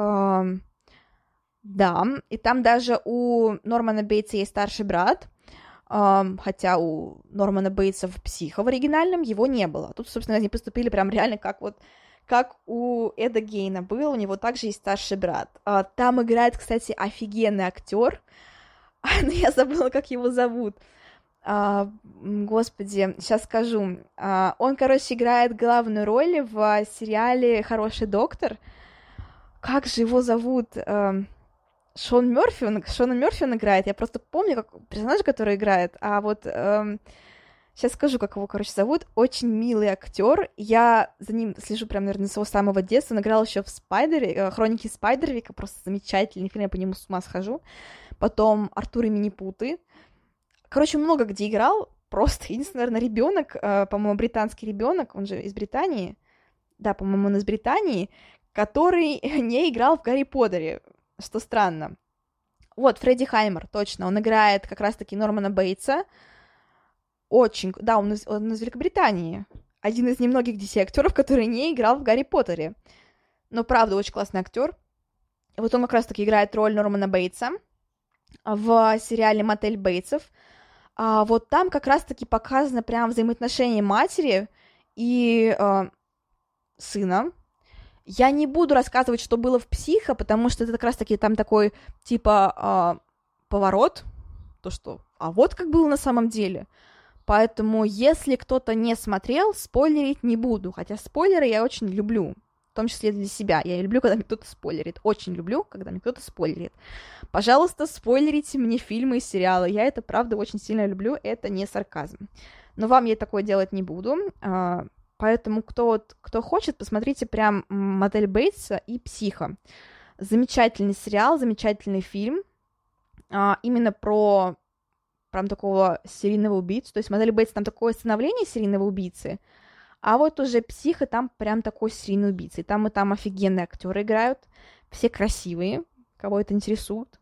да, и там даже у Нормана Бейтса есть старший брат, хотя у Нормана Бейтса в «Психо» в оригинальном его не было. Тут, собственно, они поступили прям реально как у Эда Гейна было, у него также есть старший брат. Там играет, кстати, офигенный актер, но я забыла, как его зовут. Господи, сейчас скажу. Он, короче, играет главную роль в сериале «Хороший доктор». Как же его зовут? Шона Мёрфи он играет. Я просто помню, как персонаж, который играет. А вот сейчас скажу, как его, короче, зовут. Очень милый актер. Я за ним слежу прям, наверное, с его самого детства. Он играл еще в «Хроники Спайдервика». Просто замечательный фильм, я по нему с ума схожу. Потом «Артур и Минипуты». Короче, много где играл. Просто единственный, наверное, ребенок, по-моему, британский ребенок, он же из Британии. Да, по-моему, он из Британии, который не играл в «Гарри Поттере», что странно. Вот, Фредди Хаймер, точно, он играет как раз-таки Нормана Бейтса. Очень, да, он из Великобритании. Один из немногих DC-актеров, который не играл в «Гарри Поттере». Но, правда, очень классный актер. Вот он как раз-таки играет роль Нормана Бейтса в сериале «Мотель Бейтсов». Вот там как раз-таки показано прям взаимоотношения матери и сына. Я не буду рассказывать, что было в «Психо», потому что это как раз-таки там такой, типа, поворот, то, что, вот как было на самом деле. Поэтому, если кто-то не смотрел, спойлерить не буду, хотя спойлеры я очень люблю, в том числе для себя. Я люблю, когда мне кто-то спойлерит, очень люблю, когда мне кто-то спойлерит. Пожалуйста, спойлерите мне фильмы и сериалы, я это, правда, очень сильно люблю, это не сарказм. Но вам я такое делать не буду. Поэтому, кто хочет, посмотрите прям «Мотель Бейтса» и «Психо». Замечательный сериал, замечательный фильм. Именно про прям такого серийного убийцу. То есть «Мотель Бейтса» там такое становление серийного убийцы, а вот уже «Психо» там прям такой серийный убийца. И там офигенные актеры играют. Все красивые, кого это интересует.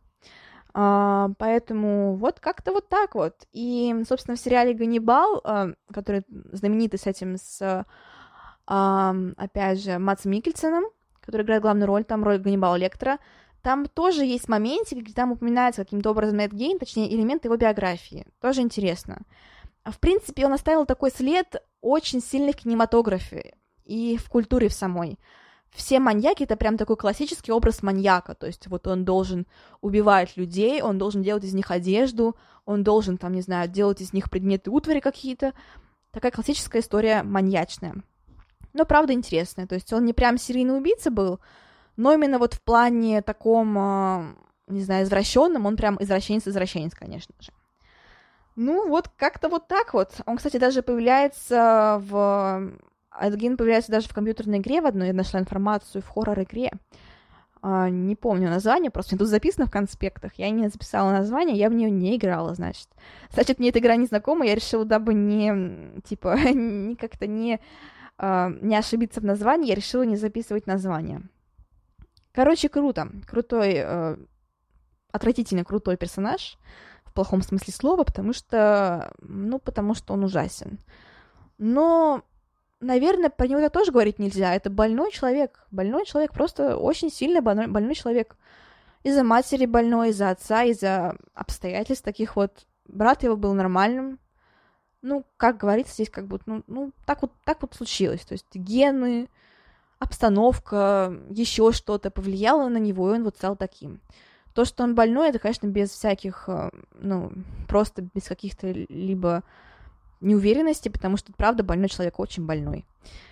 Поэтому вот как-то вот так вот. И, собственно, в сериале «Ганнибал», который знаменитый с этим, опять же, Мадсом Миккельсеном, который играет главную роль, там роль Ганнибала Лектора, там тоже есть моментики, где там упоминается каким-то образом Эд Гейн, точнее, элементы его биографии. Тоже интересно. В принципе, он оставил такой след очень сильный в кинематографе и в культуре в самой. Все маньяки — это прям такой классический образ маньяка, то есть вот он должен убивать людей, он должен делать из них одежду, он должен, там, не знаю, делать из них предметы утвари какие-то. Такая классическая история маньячная. Но, правда, интересная, то есть он не прям серийный убийца был, но именно вот в плане таком, не знаю, извращенном, он прям извращенец, конечно же. Ну, вот как-то вот так вот. Он, кстати, даже появляется Эдгин появляется даже в компьютерной игре в одной, я нашла информацию, в хоррор-игре. Не помню название, просто тут записано в конспектах. Я не записала название, я в нее не играла, значит. Значит, мне эта игра не знакома, я решила, дабы не, типа, как-то не ошибиться в названии, я решила не записывать название. Короче, крутой, отвратительно крутой персонаж, в плохом смысле слова, потому что он ужасен. Но, наверное, про него это тоже говорить нельзя. Это больной человек, просто очень сильно больной человек. Из-за матери больной, из-за отца, из-за обстоятельств таких вот. Брат его был нормальным. Ну, как говорится, здесь как будто, так вот случилось. То есть гены, обстановка, еще что-то повлияло на него, и он вот стал таким. То, что он больной, это, конечно, без всяких, просто без каких-то либо неуверенности, потому что, правда, больной человек, очень больной.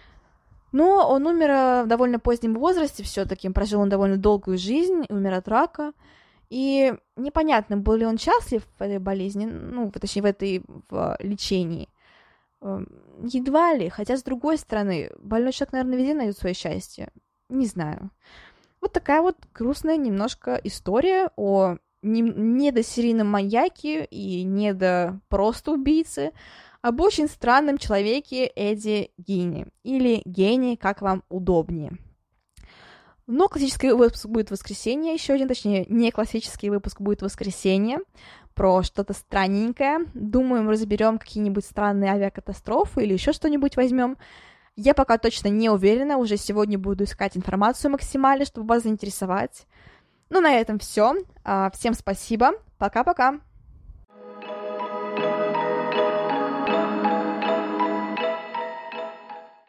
Но он умер в довольно позднем возрасте все-таки, прожил он довольно долгую жизнь, умер от рака, и непонятно, был ли он счастлив в этой болезни, в лечении. Едва ли, хотя, с другой стороны, больной человек, наверное, везде найдет свое счастье. Не знаю. Вот такая вот грустная немножко история о недосерийном маньяке и недо просто убийце, об очень странном человеке Эдди Гейне. Или Гейне, как вам удобнее. Но классический выпуск будет в воскресенье, еще один, точнее, не классический выпуск будет в воскресенье, про что-то странненькое. Думаю, мы разберем какие-нибудь странные авиакатастрофы или еще что-нибудь возьмем. Я пока точно не уверена, уже сегодня буду искать информацию максимально, чтобы вас заинтересовать. Ну, на этом все. Всем спасибо. Пока-пока.